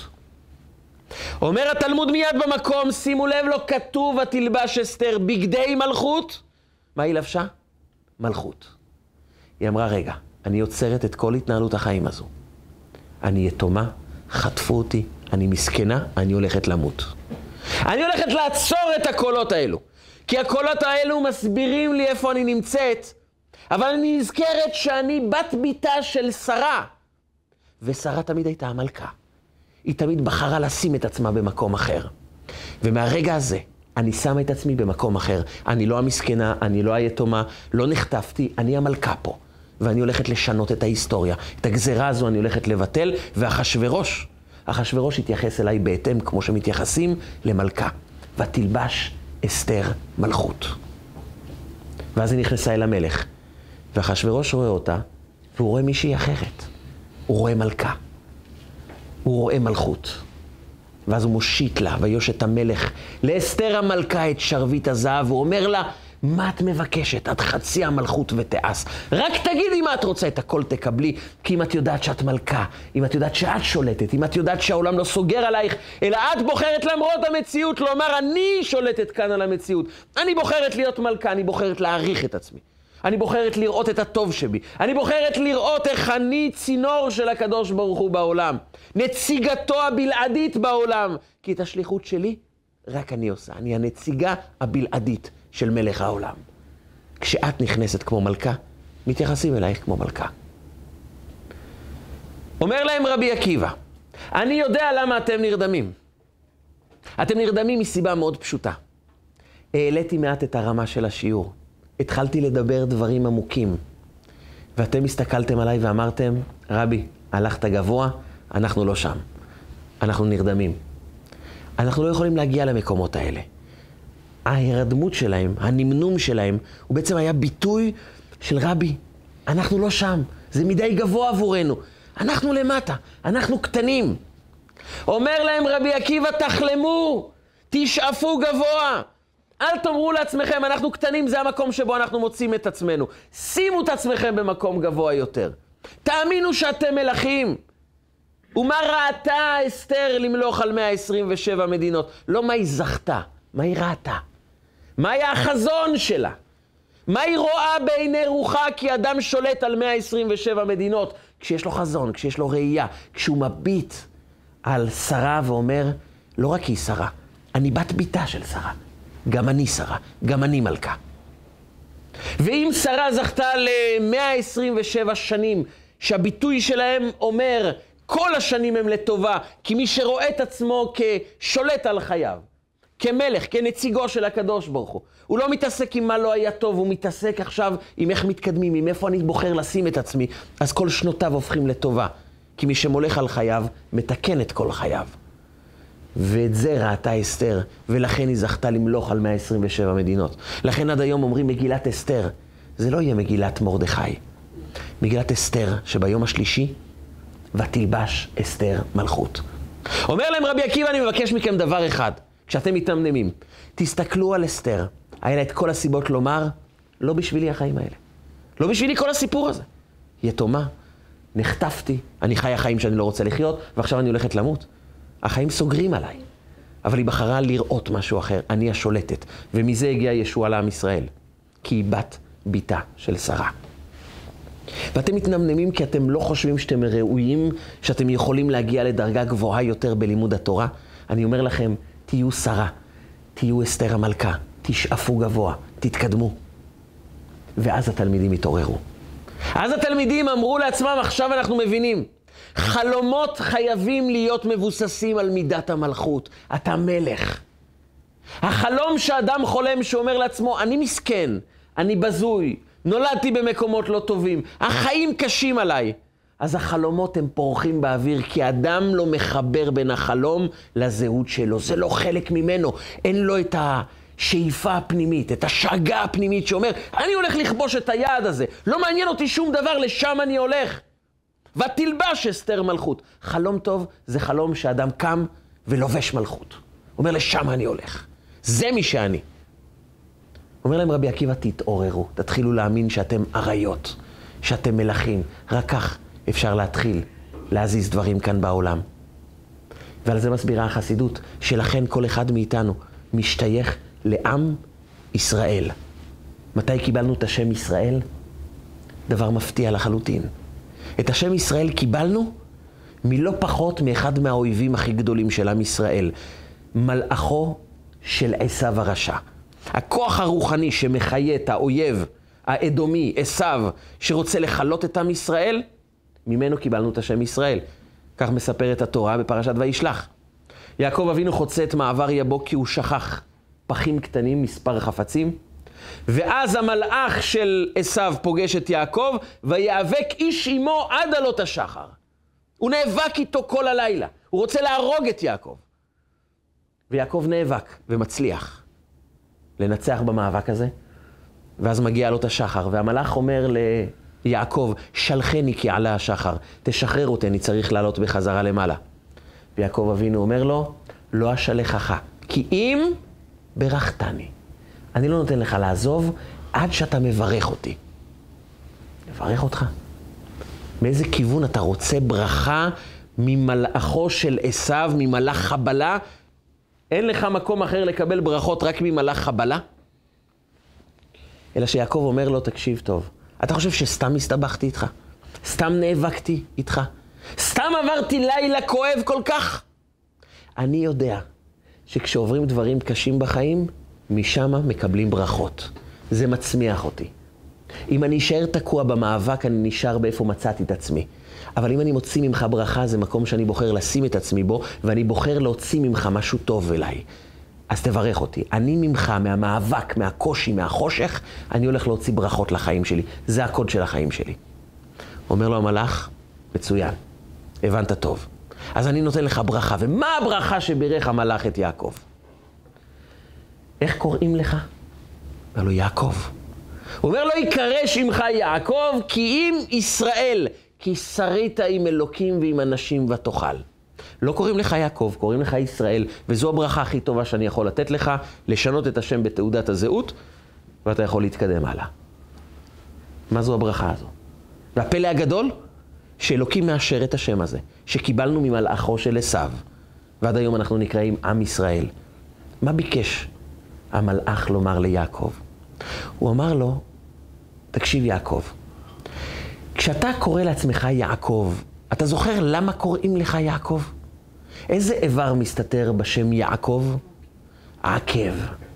Speaker 1: אומר התלמוד מיד במקום, שימו לב, לא כתוב ותלבש אסתר בגדי מלכות. מה היא לבשה? מלכות. היא אמרה, רגע, אני יוצרת את כל התנהלות החיים הזו. אני יתומה, חטפו אותי, אני מסכנה, אני הולכת למות. אני הולכת לעצור את הקולות האלו. כי הקולות האלו מסבירים לי איפה אני נמצאת, אבל אני נזכרת שאני בת ביתה של שרה. ושרה תמיד הייתה המלכה. היא תמיד בחרה לשים את עצמה במקום אחר. ומהרגע הזה, אני שמה את עצמי במקום אחר. אני לא המסכנה, אני לא היתומה, לא נחטפתי, אני המלכה פה. ואני הולכת לשנות את ההיסטוריה. את הגזרה הזו אני הולכת לבטל, ואחשוורוש, אחשוורוש התייחס אליי בהתאם כמו שמתייחסים למלכה. ותלבש אסתר מלכות. ואז היא נכנסה אל המלך. ואחשוורוש רואה אותה, והוא רואה מישהי אחרת. הוא רואה מלכה. הוא רואה מלכות. ואז הוא מושיט לה, ויושט המלך לאסתר המלכה את שרביט הזהב, והוא אומר לה, מה את מבקשת? עד חצי המלכות ותעש. רק תגידי מה את רוצה, את הכל תקבלי, כי אם את יודעת שאת מלכה, אם את יודעת שאת שולטת, אם את יודעת שהעולם לא סוגר עלייך, אלא את בוחרת למרות המציאות, לומר אני שולטת כאן על המציאות. אני בוחרת להיות מלכה, אני בוחרת להעריך את עצמי. אני בוחרת לראות את הטוב שבי. אני בוחרת לראות איך אני צינור של הקדוש ברוך הוא בעולם. נציגתו הבלעדית בעולם. כי את השליחות שלי רק אני עושה. אני הנציגה הבלעדית של מלך העולם. כשאת נכנסת כמו מלכה, מתייחסים אלייך כמו מלכה. אומר להם רבי עקיבא, אני יודע למה אתם נרדמים. אתם נרדמים מסיבה מאוד פשוטה. העליתי מעט את הרמה של השיעור. התחלתי לדבר דברים עמוקים. ואתם הסתכלתם עליי ואמרתם, רבי, הלכת גבוה, אנחנו לא שם. אנחנו נרדמים. אנחנו לא יכולים להגיע למקומות האלה. ההרדמות שלהם, הנמנום שלהם, הוא בעצם היה ביטוי של רבי. אנחנו לא שם. זה מדי גבוה עבורנו. אנחנו למטה. אנחנו קטנים. אומר להם רבי עקיבא, תחלמו, תשאפו גבוה. אל תאמרו לעצמכם, אנחנו קטנים, זה המקום שבו אנחנו מוצאים את עצמנו. שימו את עצמכם במקום גבוה יותר. תאמינו שאתם מלכים. ומה ראתה אסתר למלוך על מאה עשרים ושבע מדינות? לא מה היא זכתה, מה היא ראתה. מה היה החזון שלה? מה היא רואה בעיני רוחה כי אדם שולט על מאה עשרים ושבע מדינות? כשיש לו חזון, כשיש לו ראייה, כשהוא מביט על שרה ואומר, לא רק היא שרה, אני בת ביתה של שרה. גם אני שרה, גם אני מלכה. ואם שרה זכתה ל-מאה עשרים ושבע שנים, שהביטוי שלהם אומר, כל השנים הם לטובה, כי מי שרואה את עצמו כשולט על חייו, כמלך, כנציגו של הקדוש ברוך הוא, הוא לא מתעסק עם מה לא היה טוב, הוא מתעסק עכשיו עם איך מתקדמים, עם איפה אני בוחר לשים את עצמי, אז כל שנותיו הופכים לטובה, כי מי שמולך על חייו, מתקן את כל חייו. ואת זה ראתה אסתר, ולכן היא זכתה למלוך על מאה עשרים ושבע מדינות. לכן עד היום אומרים מגילת אסתר, זה לא יהיה מגילת מרדכי. מגילת אסתר שביום השלישי, ותלבש אסתר מלכות. אומר להם רבי עקיבא, אני מבקש מכם דבר אחד, כשאתם מתמנמים, תסתכלו על אסתר, היה לה את כל הסיבות לומר, לא בשבילי החיים האלה. לא בשבילי כל הסיפור הזה. יתומה, נחטפתי, אני חי החיים שאני לא רוצה לחיות, ועכשיו אני הולכת למות. החיים סוגרים עליי. אבל היא בחרה לראות משהו אחר, אני השולטת. ומזה הגיעה ישועה לעם ישראל. כי היא בת ביתה של שרה. ואתם מתנמנמים כי אתם לא חושבים שאתם ראויים, שאתם יכולים להגיע לדרגה גבוהה יותר בלימוד התורה. אני אומר לכם, תהיו שרה, תהיו אסתר המלכה, תשאפו גבוה, תתקדמו. ואז התלמידים התעוררו. אז התלמידים אמרו לעצמם, עכשיו אנחנו מבינים. חלומות חייבים להיות מבוססים על מידת המלכות. אתה מלך. החלום שאדם חולם שאומר לעצמו, אני מסכן, אני בזוי, נולדתי במקומות לא טובים, החיים קשים עליי. אז החלומות הם פורחים באוויר, כי אדם לא מחבר בין החלום לזהות שלו. זה לא חלק ממנו. אין לו את השאיפה הפנימית, את השאגה הפנימית שאומר, אני הולך לכבוש את היעד הזה. לא מעניין אותי שום דבר, לשם אני הולך. ותלבש אסתר מלכות. חלום טוב זה חלום שאדם קם ולובש מלכות. אומר, לשם אני הולך. זה מי שאני. אומר להם רבי עקיבא, תתעוררו, תתחילו להאמין שאתם עריות, שאתם מלכים. רק כך אפשר להתחיל להזיז דברים כאן בעולם. ועל זה מסבירה החסידות, שלכן כל אחד מאיתנו משתייך לעם ישראל. מתי קיבלנו את השם ישראל? דבר מפתיע לחלוטין. את השם ישראל קיבלנו מלא פחות מאחד מהאויבים הכי גדולים של עם ישראל. מלאכו של עשיו הרשע. הכוח הרוחני שמחיה את האויב האדומי, עשיו, שרוצה לחלות את עם ישראל, ממנו קיבלנו את השם ישראל. כך מספרת התורה בפרשת וישלח. יעקב אבינו חוצה את מעבר יבוק כי הוא שכח פחים קטנים, מספר חפצים, ואז המלאך של עשיו פוגש את יעקב, ויאבק איש עמו עד עלות השחר. הוא נאבק איתו כל הלילה. הוא רוצה להרוג את יעקב. ויעקב נאבק ומצליח לנצח במאבק הזה, ואז מגיע עלות השחר, והמלאך אומר ליעקב, שלחני כי עלה השחר, תשחרר אותי, אני צריך לעלות בחזרה למעלה. ויעקב אבינו אומר לו, לא אשלחך, כי אם ברכתני, אני לא נותן לך לעזוב עד שאתה מברך אותי. מברך אותך? מאיזה כיוון אתה רוצה ברכה ממלאכו של עשיו, ממלאך חבלה? אין לך מקום אחר לקבל ברכות רק ממלאך חבלה? אלא שיעקב אומר לו, תקשיב טוב, אתה חושב שסתם הסתבכתי איתך? סתם נאבקתי איתך? סתם עברתי לילה כואב כל כך? אני יודע שכשעוברים דברים קשים בחיים, משם מקבלים ברכות. זה מצמיח אותי. אם אני אשאר תקוע במאבק, אני נשאר באיפה מצאתי את עצמי. אבל אם אני מוציא ממך ברכה, זה מקום שאני בוחר לשים את עצמי בו, ואני בוחר להוציא ממך משהו טוב אליי. אז תברך אותי. אני ממך, מהמאבק, מהקושי, מהחושך, אני הולך להוציא ברכות לחיים שלי. זה הקוד של החיים שלי. אומר לו המלאך, מצוין, הבנת טוב. אז אני נותן לך ברכה. ומה הברכה שבירך המלאך את יעקב? איך קוראים לך? אומר לו, יעקב. הוא אומר לו, יקרא שמך יעקב, כי אם ישראל, כי שרית עם אלוקים ועם אנשים ותאכל. לא קוראים לך יעקב, קוראים לך ישראל, וזו הברכה הכי טובה שאני יכול לתת לך, לשנות את השם בתעודת הזהות, ואתה יכול להתקדם הלאה. מה זו הברכה הזו? והפלא הגדול, שאלוקים מאשר את השם הזה, שקיבלנו ממלאכו של עשיו, ועד היום אנחנו נקראים עם ישראל. מה ביקש המלאך לומר ליעקב? הוא אמר לו, תקשיב יעקב, כשאתה קורא לעצמך יעקב, אתה זוכר למה קוראים לך יעקב? איזה איבר מסתתר בשם יעקב? עקב.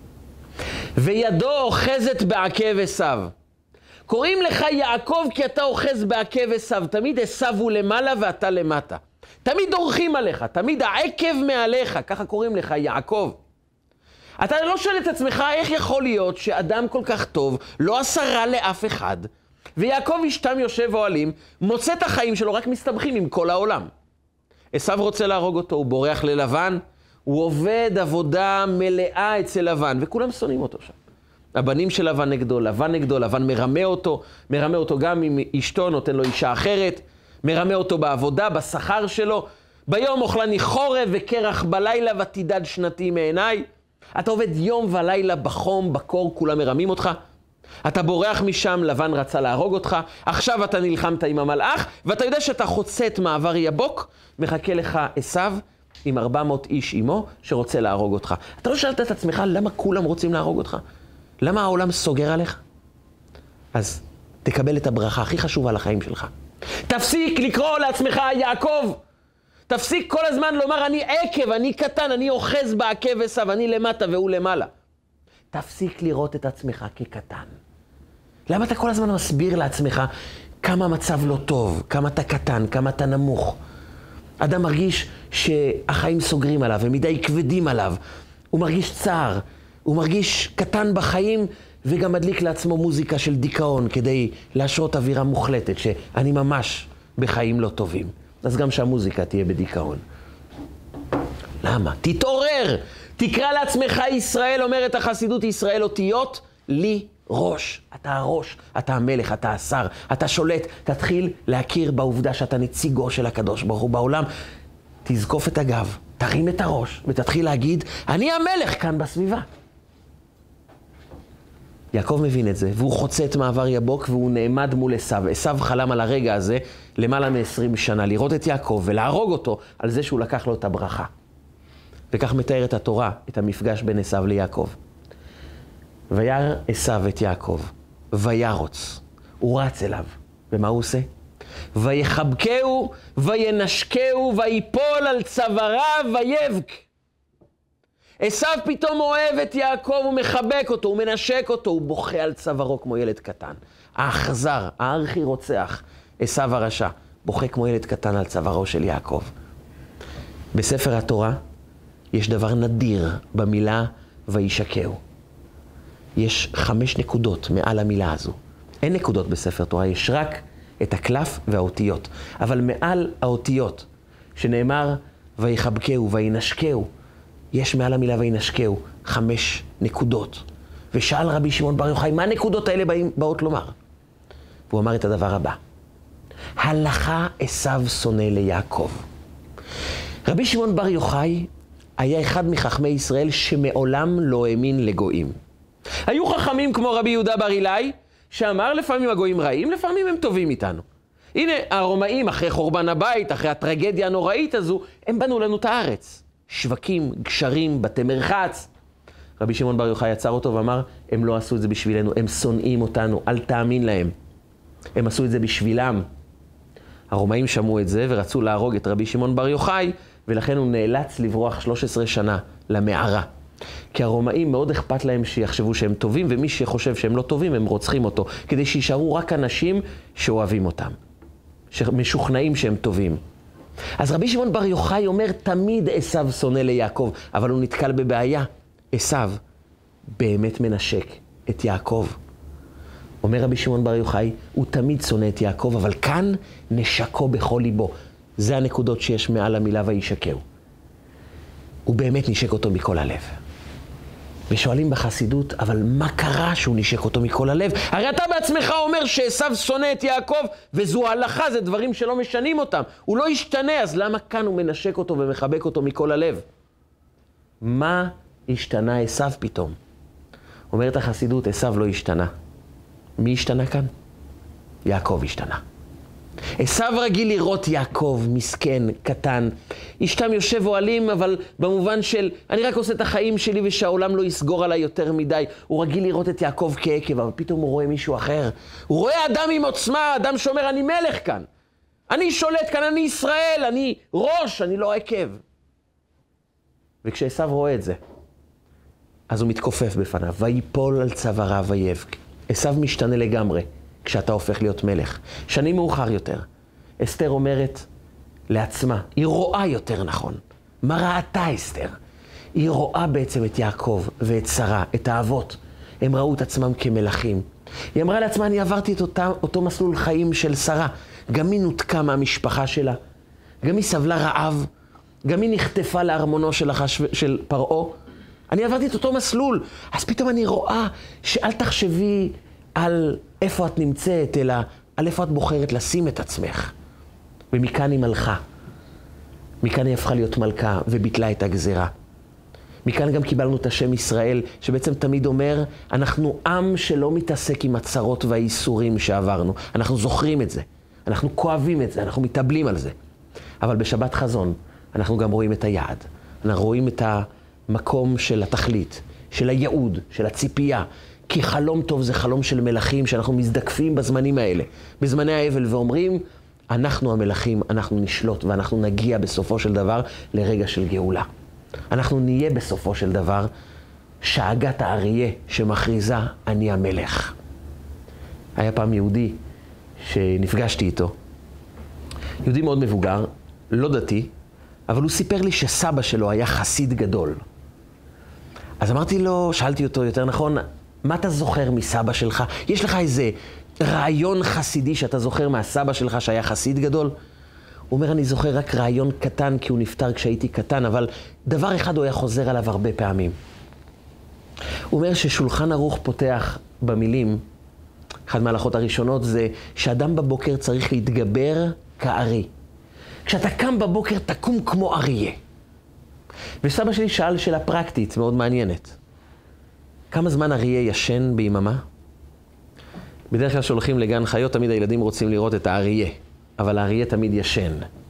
Speaker 1: וידו אוחזת בעקב עשיו. קוראים לך יעקב כי אתה אוחז בעקב עשיו. תמיד עשיו הוא למעלה ואתה למטה. תמיד דורכים עליך, תמיד העקב מעליך, ככה קוראים לך יעקב. אתה לא שואל את עצמך איך יכול להיות שאדם כל כך טוב לא עשה רע לאף אחד, ויעקב אשתם יושב אוהלים, מוצא את החיים שלו רק מסתבכים עם כל העולם. עשיו רוצה להרוג אותו, הוא בורח ללבן, הוא עובד עבודה מלאה אצל לבן, וכולם שונאים אותו שם. הבנים של לבן נגדו, לבן נגדו, לבן מרמה אותו, מרמה אותו גם עם אשתו, נותן לו אישה אחרת, מרמה אותו בעבודה, בשכר שלו, ביום אוכלני חורב וקרח בלילה ותידד שנתי מעיניי. אתה עובד יום ולילה בחום, בקור, כולם מרמים אותך. אתה בורח משם, לבן רצה להרוג אותך, עכשיו אתה נלחמת עם המלאך, ואתה יודע שאתה חוצה את מעבר יבוק, מחכה לך עשיו עם ארבע מאות איש עמו שרוצה להרוג אותך. אתה לא שאלת את עצמך למה כולם רוצים להרוג אותך? למה העולם סוגר עליך? אז תקבל את הברכה הכי חשובה לחיים שלך. תפסיק לקרוא לעצמך יעקב. תפסיק כל הזמן לומר אני עקב, אני קטן, אני אוחז בעקב עשיו, אני למטה והוא למעלה. תפסיק לראות את עצמך כקטן. למה אתה כל הזמן מסביר לעצמך כמה המצב לא טוב, כמה אתה קטן, כמה אתה נמוך? אדם מרגיש שהחיים סוגרים עליו, הם מדי כבדים עליו. הוא מרגיש צער, הוא מרגיש קטן בחיים, וגם מדליק לעצמו מוזיקה של דיכאון, כדי להשרות אווירה מוחלטת, שאני ממש בחיים לא טובים. אז גם שהמוזיקה תהיה בדיכאון. למה? תתעורר! תקרא לעצמך ישראל, אומרת החסידות ישראל אותיות, לי ראש. אתה הראש, אתה המלך, אתה השר, אתה שולט. תתחיל להכיר בעובדה שאתה נציגו של הקדוש ברוך הוא בעולם. תזקוף את הגב, תרים את הראש, ותתחיל להגיד, אני המלך כאן בסביבה. יעקב מבין את זה, והוא חוצה את מעבר יבוק, והוא נעמד מול עשיו. עשיו חלם על הרגע הזה למעלה מ-עשרים שנה, לראות את יעקב ולהרוג אותו על זה שהוא לקח לו את הברכה. וכך מתארת התורה את המפגש בין עשיו ליעקב. וירא עשיו את יעקב, וירוץ, הוא רץ אליו. ומה הוא עושה? ויחבקהו, וינשקהו, ויפול על צוואריו, ויבק. עשיו פתאום אוהב את יעקב, הוא מחבק אותו, הוא מנשק אותו, הוא בוכה על צווארו כמו ילד קטן. האכזר, הארכי רוצח, עשיו הרשע, בוכה כמו ילד קטן על צווארו של יעקב. בספר התורה יש דבר נדיר במילה וישקהו. יש חמש נקודות מעל המילה הזו. אין נקודות בספר תורה, יש רק את הקלף והאותיות. אבל מעל האותיות, שנאמר ויחבקהו, וינשקהו, יש מעל המילה וינשקהו חמש נקודות. ושאל רבי שמעון בר יוחאי, מה הנקודות האלה באות לומר? והוא אמר את הדבר הבא. הלכה עשיו שונא ליעקב. רבי שמעון בר יוחאי היה אחד מחכמי ישראל שמעולם לא האמין לגויים. היו חכמים כמו רבי יהודה בר אילאי, שאמר לפעמים הגויים רעים, לפעמים הם טובים איתנו. הנה, הרומאים, אחרי חורבן הבית, אחרי הטרגדיה הנוראית הזו, הם בנו לנו את הארץ. שווקים, גשרים, בתי מרחץ. רבי שמעון בר יוחאי יצר אותו ואמר, הם לא עשו את זה בשבילנו, הם שונאים אותנו, אל תאמין להם. הם עשו את זה בשבילם. הרומאים שמעו את זה ורצו להרוג את רבי שמעון בר יוחאי, ולכן הוא נאלץ לברוח שלוש עשרה שנה למערה. כי הרומאים מאוד אכפת להם שיחשבו שהם טובים, ומי שחושב שהם לא טובים, הם רוצחים אותו, כדי שישארו רק אנשים שאוהבים אותם, שמשוכנעים שהם טובים. אז רבי שמעון בר יוחאי אומר, תמיד עשיו שונא ליעקב, אבל הוא נתקל בבעיה. עשיו באמת מנשק את יעקב. אומר רבי שמעון בר יוחאי, הוא תמיד שונא את יעקב, אבל כאן נשקו בכל ליבו. זה הנקודות שיש מעל המילה וישקהו. הוא באמת נשק אותו מכל הלב. ושואלים בחסידות, אבל מה קרה שהוא נשק אותו מכל הלב? הרי אתה בעצמך אומר שעשיו שונא את יעקב, וזו הלכה, זה דברים שלא משנים אותם. הוא לא ישתנה, אז למה כאן הוא מנשק אותו ומחבק אותו מכל הלב? מה השתנה עשיו פתאום? אומרת החסידות, עשיו לא השתנה. מי השתנה כאן? יעקב השתנה. עשיו רגיל לראות יעקב, מסכן, קטן. אשתם יושב אוהלים, אבל במובן של, אני רק עושה את החיים שלי ושהעולם לא יסגור עליי יותר מדי. הוא רגיל לראות את יעקב כעקב, אבל פתאום הוא רואה מישהו אחר. הוא רואה אדם עם עוצמה, אדם שאומר, אני מלך כאן. אני שולט כאן, אני ישראל, אני ראש, אני לא עקב. וכשעשיו רואה את זה, אז הוא מתכופף בפניו, ויפול על צוואריו ויבך. עשיו משתנה לגמרי כשאתה הופך להיות מלך. שנים מאוחר יותר, אסתר אומרת לעצמה, היא רואה יותר נכון. מה ראתה אסתר? היא רואה בעצם את יעקב ואת שרה, את האבות. הם ראו את עצמם כמלכים. היא אמרה לעצמה, אני עברתי את אותה, אותו מסלול חיים של שרה. גם היא נותקה מהמשפחה שלה, גם היא סבלה רעב, גם היא נחטפה לארמונו של, החש... של פרעה. אני עברתי את אותו מסלול, אז פתאום אני רואה שאל תחשבי על איפה את נמצאת, אלא על איפה את בוחרת לשים את עצמך. ומכאן היא מלכה. מכאן היא הפכה להיות מלכה וביטלה את הגזירה. מכאן גם קיבלנו את השם ישראל, שבעצם תמיד אומר, אנחנו עם שלא מתעסק עם הצרות והאיסורים שעברנו. אנחנו זוכרים את זה, אנחנו כואבים את זה, אנחנו מתאבלים על זה. אבל בשבת חזון אנחנו גם רואים את היעד. אנחנו רואים את המקום של התכלית, של הייעוד, של הציפייה. כי חלום טוב זה חלום של מלכים שאנחנו מזדקפים בזמנים האלה, בזמני האבל, ואומרים, אנחנו המלכים, אנחנו נשלוט ואנחנו נגיע בסופו של דבר לרגע של גאולה. אנחנו נהיה בסופו של דבר שאגת האריה שמכריזה, אני המלך. היה פעם יהודי שנפגשתי איתו, יהודי מאוד מבוגר, לא דתי, אבל הוא סיפר לי שסבא שלו היה חסיד גדול. אז אמרתי לו, שאלתי אותו יותר נכון, מה אתה זוכר מסבא שלך? יש לך איזה רעיון חסידי שאתה זוכר מהסבא שלך שהיה חסיד גדול? הוא אומר, אני זוכר רק רעיון קטן כי הוא נפטר כשהייתי קטן, אבל דבר אחד הוא היה חוזר עליו הרבה פעמים. הוא אומר ששולחן ערוך פותח במילים, אחת מההלכות הראשונות זה שאדם בבוקר צריך להתגבר כארי. כשאתה קם בבוקר תקום כמו אריה. וסבא שלי שאל שאלה פרקטית מאוד מעניינת. כמה זמן אריה ישן ביממה? בדרך כלל שהולכים לגן חיות, תמיד הילדים רוצים לראות את האריה, אבל האריה תמיד ישן.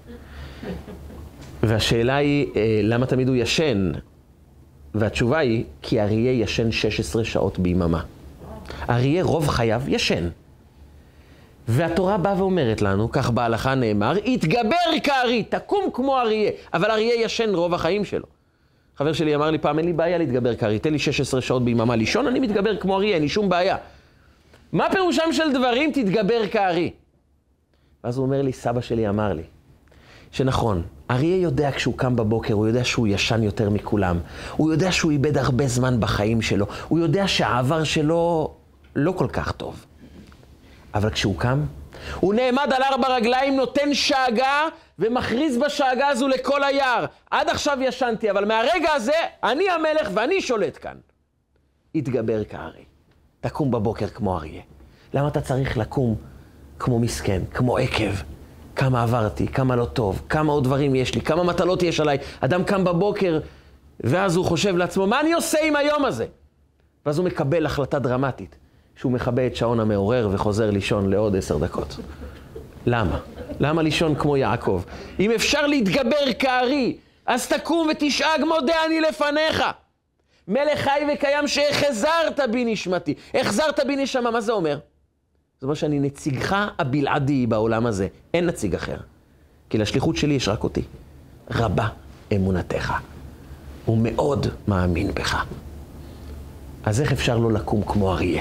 Speaker 1: והשאלה היא, למה תמיד הוא ישן? והתשובה היא, כי אריה ישן שש עשרה שעות ביממה. אריה רוב חייו ישן. והתורה באה ואומרת לנו, כך בהלכה נאמר, יתגבר כארי, תקום כמו אריה, אבל אריה ישן רוב החיים שלו. חבר שלי אמר לי פעם, אין לי בעיה להתגבר כארי, תן לי שש עשרה שעות ביממה לישון, אני מתגבר כמו אריה, אין לי שום בעיה. מה פירושם של דברים תתגבר כארי? ואז הוא אומר לי, סבא שלי אמר לי, שנכון, אריה יודע כשהוא קם בבוקר, הוא יודע שהוא ישן יותר מכולם, הוא יודע שהוא איבד הרבה זמן בחיים שלו, הוא יודע שהעבר שלו לא כל כך טוב. אבל כשהוא קם, הוא נעמד על ארבע רגליים, נותן שאגה ומכריז בשאגה הזו לכל היער. עד עכשיו ישנתי, אבל מהרגע הזה אני המלך ואני שולט כאן. יתגבר כארי. תקום בבוקר כמו אריה. למה אתה צריך לקום כמו מסכן, כמו עקב? כמה עברתי, כמה לא טוב, כמה עוד דברים יש לי, כמה מטלות יש עליי. אדם קם בבוקר ואז הוא חושב לעצמו, מה אני עושה עם היום הזה? ואז הוא מקבל החלטה דרמטית, שהוא מכבה את שעון המעורר וחוזר לישון לעוד עשר דקות. למה? למה לישון כמו יעקב? אם אפשר להתגבר כארי, אז תקום ותשאג, מודה אני לפניך. מלך חי וקיים שהחזרת בי נשמתי. החזרת בי נשמה, מה זה אומר? זה אומר שאני נציגך הבלעדי בעולם הזה. אין נציג אחר. כי לשליחות שלי יש רק אותי. רבה אמונתך. הוא מאוד מאמין בך. אז איך אפשר לא לקום כמו אריה?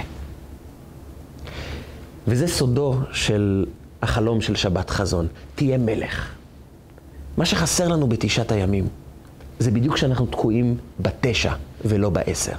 Speaker 1: וזה סודו של החלום של שבת חזון. תהיה מלך. מה שחסר לנו בתשעת הימים, זה בדיוק שאנחנו תקועים בתשע ולא בעשר.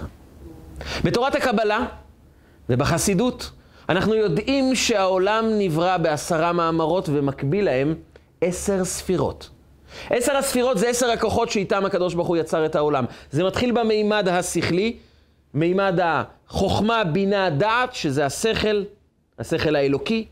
Speaker 1: בתורת הקבלה ובחסידות, אנחנו יודעים שהעולם נברא בעשרה מאמרות ומקביל להם עשר ספירות. עשר הספירות זה עשר הכוחות שאיתם הקדוש ברוך הוא יצר את העולם. זה מתחיל במימד השכלי, מימד החוכמה, בינה, דעת, שזה השכל, השכל האלוקי.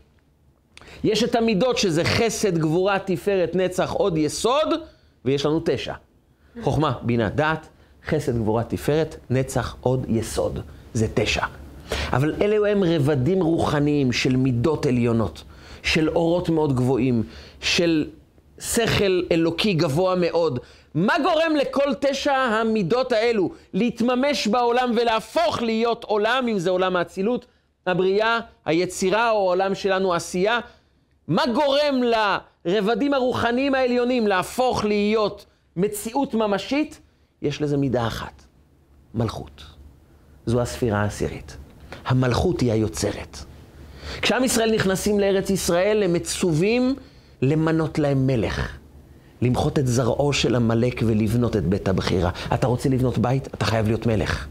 Speaker 1: יש את המידות שזה חסד, גבורה, תפארת, נצח, עוד יסוד, ויש לנו תשע. חוכמה, בינה, דעת, חסד, גבורה, תפארת, נצח, עוד יסוד. זה תשע. אבל אלו הם רבדים רוחניים של מידות עליונות, של אורות מאוד גבוהים, של שכל אלוקי גבוה מאוד. מה גורם לכל תשע המידות האלו להתממש בעולם ולהפוך להיות עולם, אם זה עולם האצילות, הבריאה, היצירה או העולם שלנו, העשייה? מה גורם לרבדים הרוחניים העליונים להפוך להיות מציאות ממשית? יש לזה מידה אחת, מלכות. זו הספירה העשירית. המלכות היא היוצרת. כשעם ישראל נכנסים לארץ ישראל, הם מצווים למנות להם מלך. למחות את זרעו של המלך ולבנות את בית הבחירה. אתה רוצה לבנות בית? אתה חייב להיות מלך.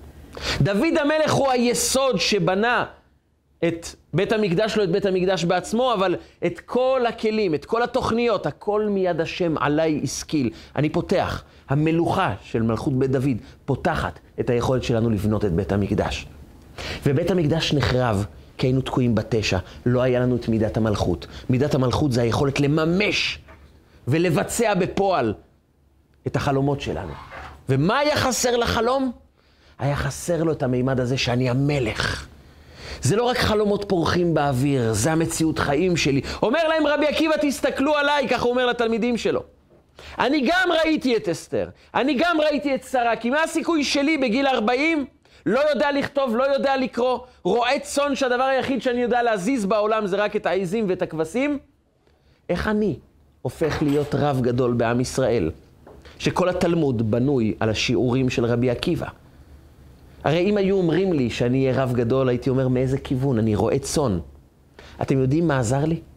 Speaker 1: דוד המלך הוא היסוד שבנה את בית המקדש, לא את בית המקדש בעצמו, אבל את כל הכלים, את כל התוכניות, הכל מיד השם עליי השכיל. אני פותח. המלוכה של מלכות בית דוד פותחת את היכולת שלנו לבנות את בית המקדש. ובית המקדש נחרב, כי היינו תקועים בתשע. לא היה לנו את מידת המלכות. מידת המלכות זה היכולת לממש ולבצע בפועל את החלומות שלנו. ומה היה חסר לחלום? היה חסר לו את המימד הזה שאני המלך. זה לא רק חלומות פורחים באוויר, זה המציאות חיים שלי. אומר להם רבי עקיבא, תסתכלו עליי, כך הוא אומר לתלמידים שלו. אני גם ראיתי את אסתר, אני גם ראיתי את שרה, כי מה הסיכוי שלי בגיל ארבעים? לא יודע לכתוב, לא יודע לקרוא, רועה צאן שהדבר היחיד שאני יודע להזיז בעולם זה רק את העיזים ואת הכבשים? איך אני הופך להיות רב גדול בעם ישראל, שכל התלמוד בנוי על השיעורים של רבי עקיבא? הרי אם היו אומרים לי שאני אהיה רב גדול, הייתי אומר מאיזה כיוון, אני רואה צאן. אתם יודעים מה עזר לי?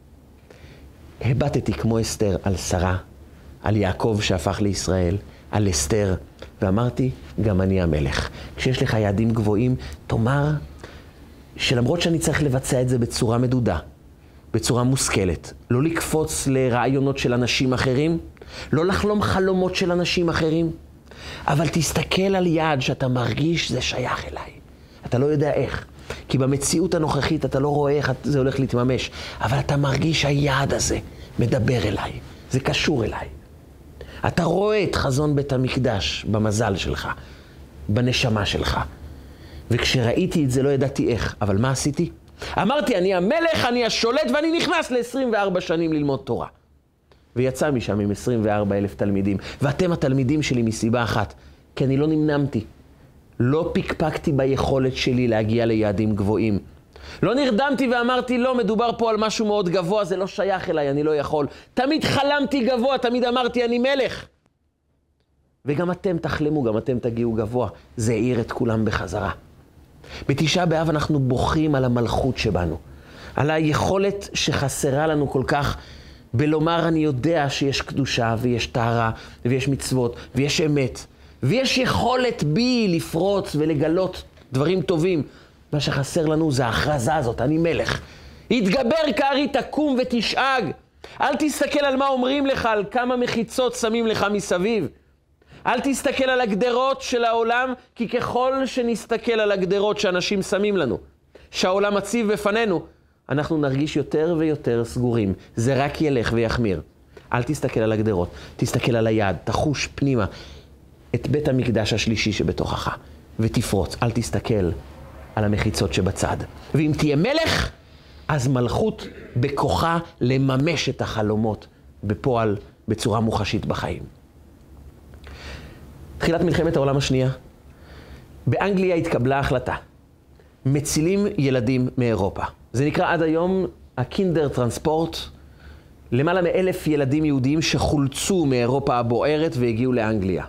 Speaker 1: הבטתי כמו אסתר על שרה, על יעקב שהפך לישראל, על אסתר, ואמרתי, גם אני המלך. כשיש לך יעדים גבוהים, תאמר שלמרות שאני צריך לבצע את זה בצורה מדודה, בצורה מושכלת, לא לקפוץ לרעיונות של אנשים אחרים, לא לחלום חלומות של אנשים אחרים, אבל תסתכל על יעד שאתה מרגיש זה שייך אליי. אתה לא יודע איך, כי במציאות הנוכחית אתה לא רואה איך זה הולך להתממש, אבל אתה מרגיש שהיעד הזה מדבר אליי, זה קשור אליי. אתה רואה את חזון בית המקדש במזל שלך, בנשמה שלך. וכשראיתי את זה לא ידעתי איך, אבל מה עשיתי? אמרתי, אני המלך, אני השולט, ואני נכנס ל-עשרים וארבע שנים ללמוד תורה. ויצא משם עם עשרים וארבעה אלף תלמידים. ואתם התלמידים שלי מסיבה אחת, כי אני לא נמנמתי. לא פיקפקתי ביכולת שלי להגיע ליעדים גבוהים. לא נרדמתי ואמרתי, לא, מדובר פה על משהו מאוד גבוה, זה לא שייך אליי, אני לא יכול. תמיד חלמתי גבוה, תמיד אמרתי, אני מלך. וגם אתם תחלמו, גם אתם תגיעו גבוה. זה העיר את כולם בחזרה. בתשעה באב אנחנו בוכים על המלכות שבנו. על היכולת שחסרה לנו כל כך בלומר, אני יודע שיש קדושה ויש טהרה ויש מצוות ויש אמת. ויש יכולת בי לפרוץ ולגלות דברים טובים. מה שחסר לנו זה ההכרזה הזאת, אני מלך. התגבר כארי, תקום ותשאג. אל תסתכל על מה אומרים לך, על כמה מחיצות שמים לך מסביב. אל תסתכל על הגדרות של העולם, כי ככל שנסתכל על הגדרות שאנשים שמים לנו, שהעולם מציב בפנינו, אנחנו נרגיש יותר ויותר סגורים. זה רק ילך ויחמיר. אל תסתכל על הגדרות, תסתכל על היד, תחוש פנימה את בית המקדש השלישי שבתוכך. ותפרוץ. אל תסתכל על המחיצות שבצד. ואם תהיה מלך, אז מלכות בכוחה לממש את החלומות בפועל בצורה מוחשית בחיים. תחילת מלחמת העולם השנייה, באנגליה התקבלה החלטה. מצילים ילדים מאירופה. זה נקרא עד היום הקינדר טרנספורט. למעלה מאלף ילדים יהודיים שחולצו מאירופה הבוערת והגיעו לאנגליה.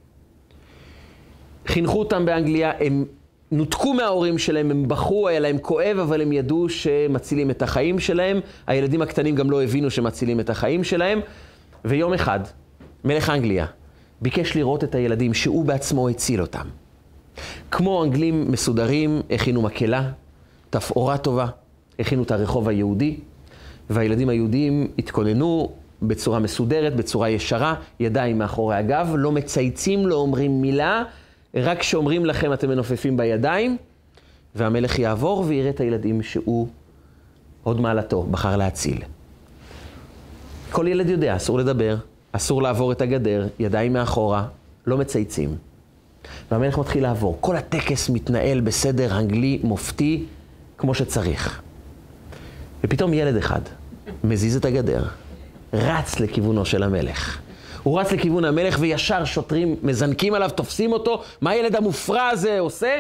Speaker 1: חינכו אותם באנגליה, הם נותקו מההורים שלהם, הם בחרו, היה להם כואב, אבל הם ידעו שמצילים את החיים שלהם. הילדים הקטנים גם לא הבינו שמצילים את החיים שלהם. ויום אחד, מלך אנגליה ביקש לראות את הילדים שהוא בעצמו הציל אותם. כמו אנגלים מסודרים, הכינו מקלה, תפאורה טובה, הכינו את הרחוב היהודי, והילדים היהודים התכוננו בצורה מסודרת, בצורה ישרה, ידיים מאחורי הגב, לא מצייצים, לא אומרים מילה, רק כשאומרים לכם אתם מנופפים בידיים, והמלך יעבור ויראה את הילדים שהוא עוד מעלתו, בחר להציל. כל ילד יודע, אסור לדבר, אסור לעבור את הגדר, ידיים מאחורה, לא מצייצים. והמלך מתחיל לעבור. כל הטקס מתנהל בסדר אנגלי מופתי כמו שצריך. ופתאום ילד אחד מזיז את הגדר, רץ לכיוונו של המלך. הוא רץ לכיוון המלך וישר שוטרים מזנקים עליו, תופסים אותו. מה הילד המופרע הזה עושה?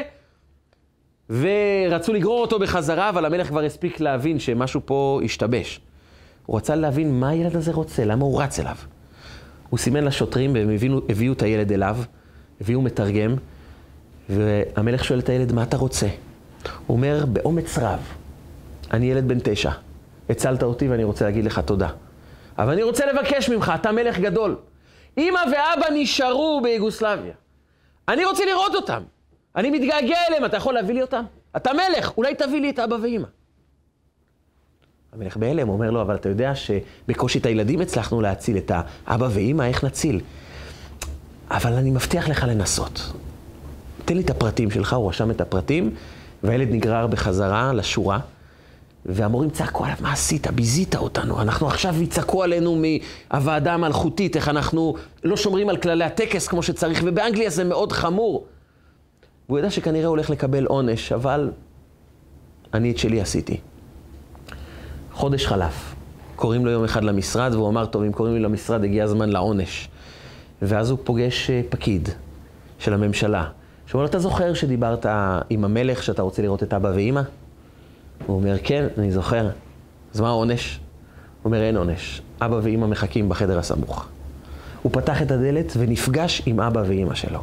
Speaker 1: ורצו לגרור אותו בחזרה, אבל המלך כבר הספיק להבין שמשהו פה השתבש. הוא רצה להבין מה הילד הזה רוצה, למה הוא רץ אליו. הוא סימן לשוטרים והם הבינו, הביאו את הילד אליו, הביאו מתרגם, והמלך שואל את הילד, מה אתה רוצה? הוא אומר, באומץ רב, אני ילד בן תשע, הצלת אותי ואני רוצה להגיד לך תודה. אבל אני רוצה לבקש ממך, אתה מלך גדול. אמא ואבא נשארו ביוגוסלביה. אני רוצה לראות אותם. אני מתגעגע אליהם, אתה יכול להביא לי אותם? אתה מלך, אולי תביא לי את אבא ואמא. המלך בהלם אומר לו, אבל אתה יודע שבקושי את הילדים הצלחנו להציל את האבא ואמא, איך נציל? אבל אני מבטיח לך לנסות. תן לי את הפרטים שלך, הוא רשם את הפרטים, והילד נגרר בחזרה לשורה, והמורים צעקו עליו, מה עשית? ביזית אותנו. אנחנו עכשיו יצעקו עלינו מהוועדה המלכותית, איך אנחנו לא שומרים על כללי הטקס כמו שצריך, ובאנגליה זה מאוד חמור. והוא ידע שכנראה הולך לקבל עונש, אבל אני את שלי עשיתי. חודש חלף. קוראים לו יום אחד למשרד, והוא אמר, טוב, אם קוראים לי למשרד, הגיע הזמן לעונש. ואז הוא פוגש פקיד של הממשלה, שאומר לו, אתה זוכר שדיברת עם המלך שאתה רוצה לראות את אבא ואמא? הוא אומר, כן, אני זוכר. אז מה העונש? הוא אומר, אין עונש. אבא ואמא מחכים בחדר הסמוך. הוא פתח את הדלת ונפגש עם אבא ואמא שלו.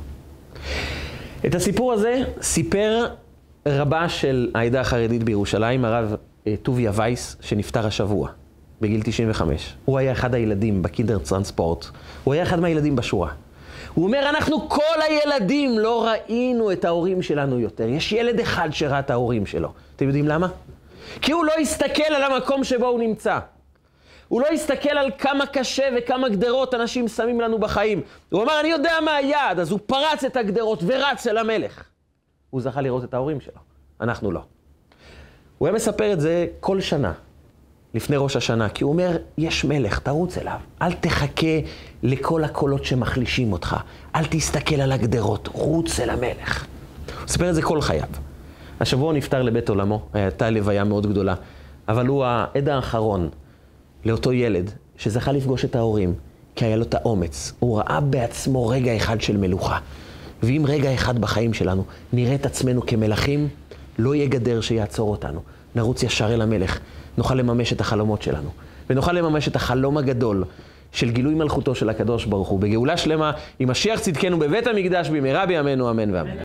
Speaker 1: את הסיפור הזה סיפר רבה של העדה החרדית בירושלים, הרב טוביה וייס, שנפטר השבוע, בגיל תשעים וחמש. הוא היה אחד הילדים בקינדר טרנספורט. הוא היה אחד מהילדים בשורה. הוא אומר, אנחנו כל הילדים לא ראינו את ההורים שלנו יותר. יש ילד אחד שראה את ההורים שלו. אתם יודעים למה? כי הוא לא הסתכל על המקום שבו הוא נמצא. הוא לא הסתכל על כמה קשה וכמה גדרות אנשים שמים לנו בחיים. הוא אמר, אני יודע מה היעד, אז הוא פרץ את הגדרות ורץ אל המלך. הוא זכה לראות את ההורים שלו. אנחנו לא. הוא היה מספר את זה כל שנה, לפני ראש השנה, כי הוא אומר, יש מלך, תרוץ אליו. אל תחכה לכל הקולות שמחלישים אותך. אל תסתכל על הגדרות, רוץ אל המלך. הוא מספר את זה כל חייו. השבוע הוא נפטר לבית עולמו, הייתה לוויה מאוד גדולה, אבל הוא העד האחרון לאותו ילד שזכה לפגוש את ההורים, כי היה לו את האומץ. הוא ראה בעצמו רגע אחד של מלוכה. ואם רגע אחד בחיים שלנו נראה את עצמנו כמלכים, לא יהיה גדר שיעצור אותנו. נרוץ ישר אל המלך, נוכל לממש את החלומות שלנו, ונוכל לממש את החלום הגדול של גילוי מלכותו של הקדוש ברוך הוא, בגאולה שלמה, עם משיח צדקנו בבית המקדש במהרה בימינו, אמן ואמן.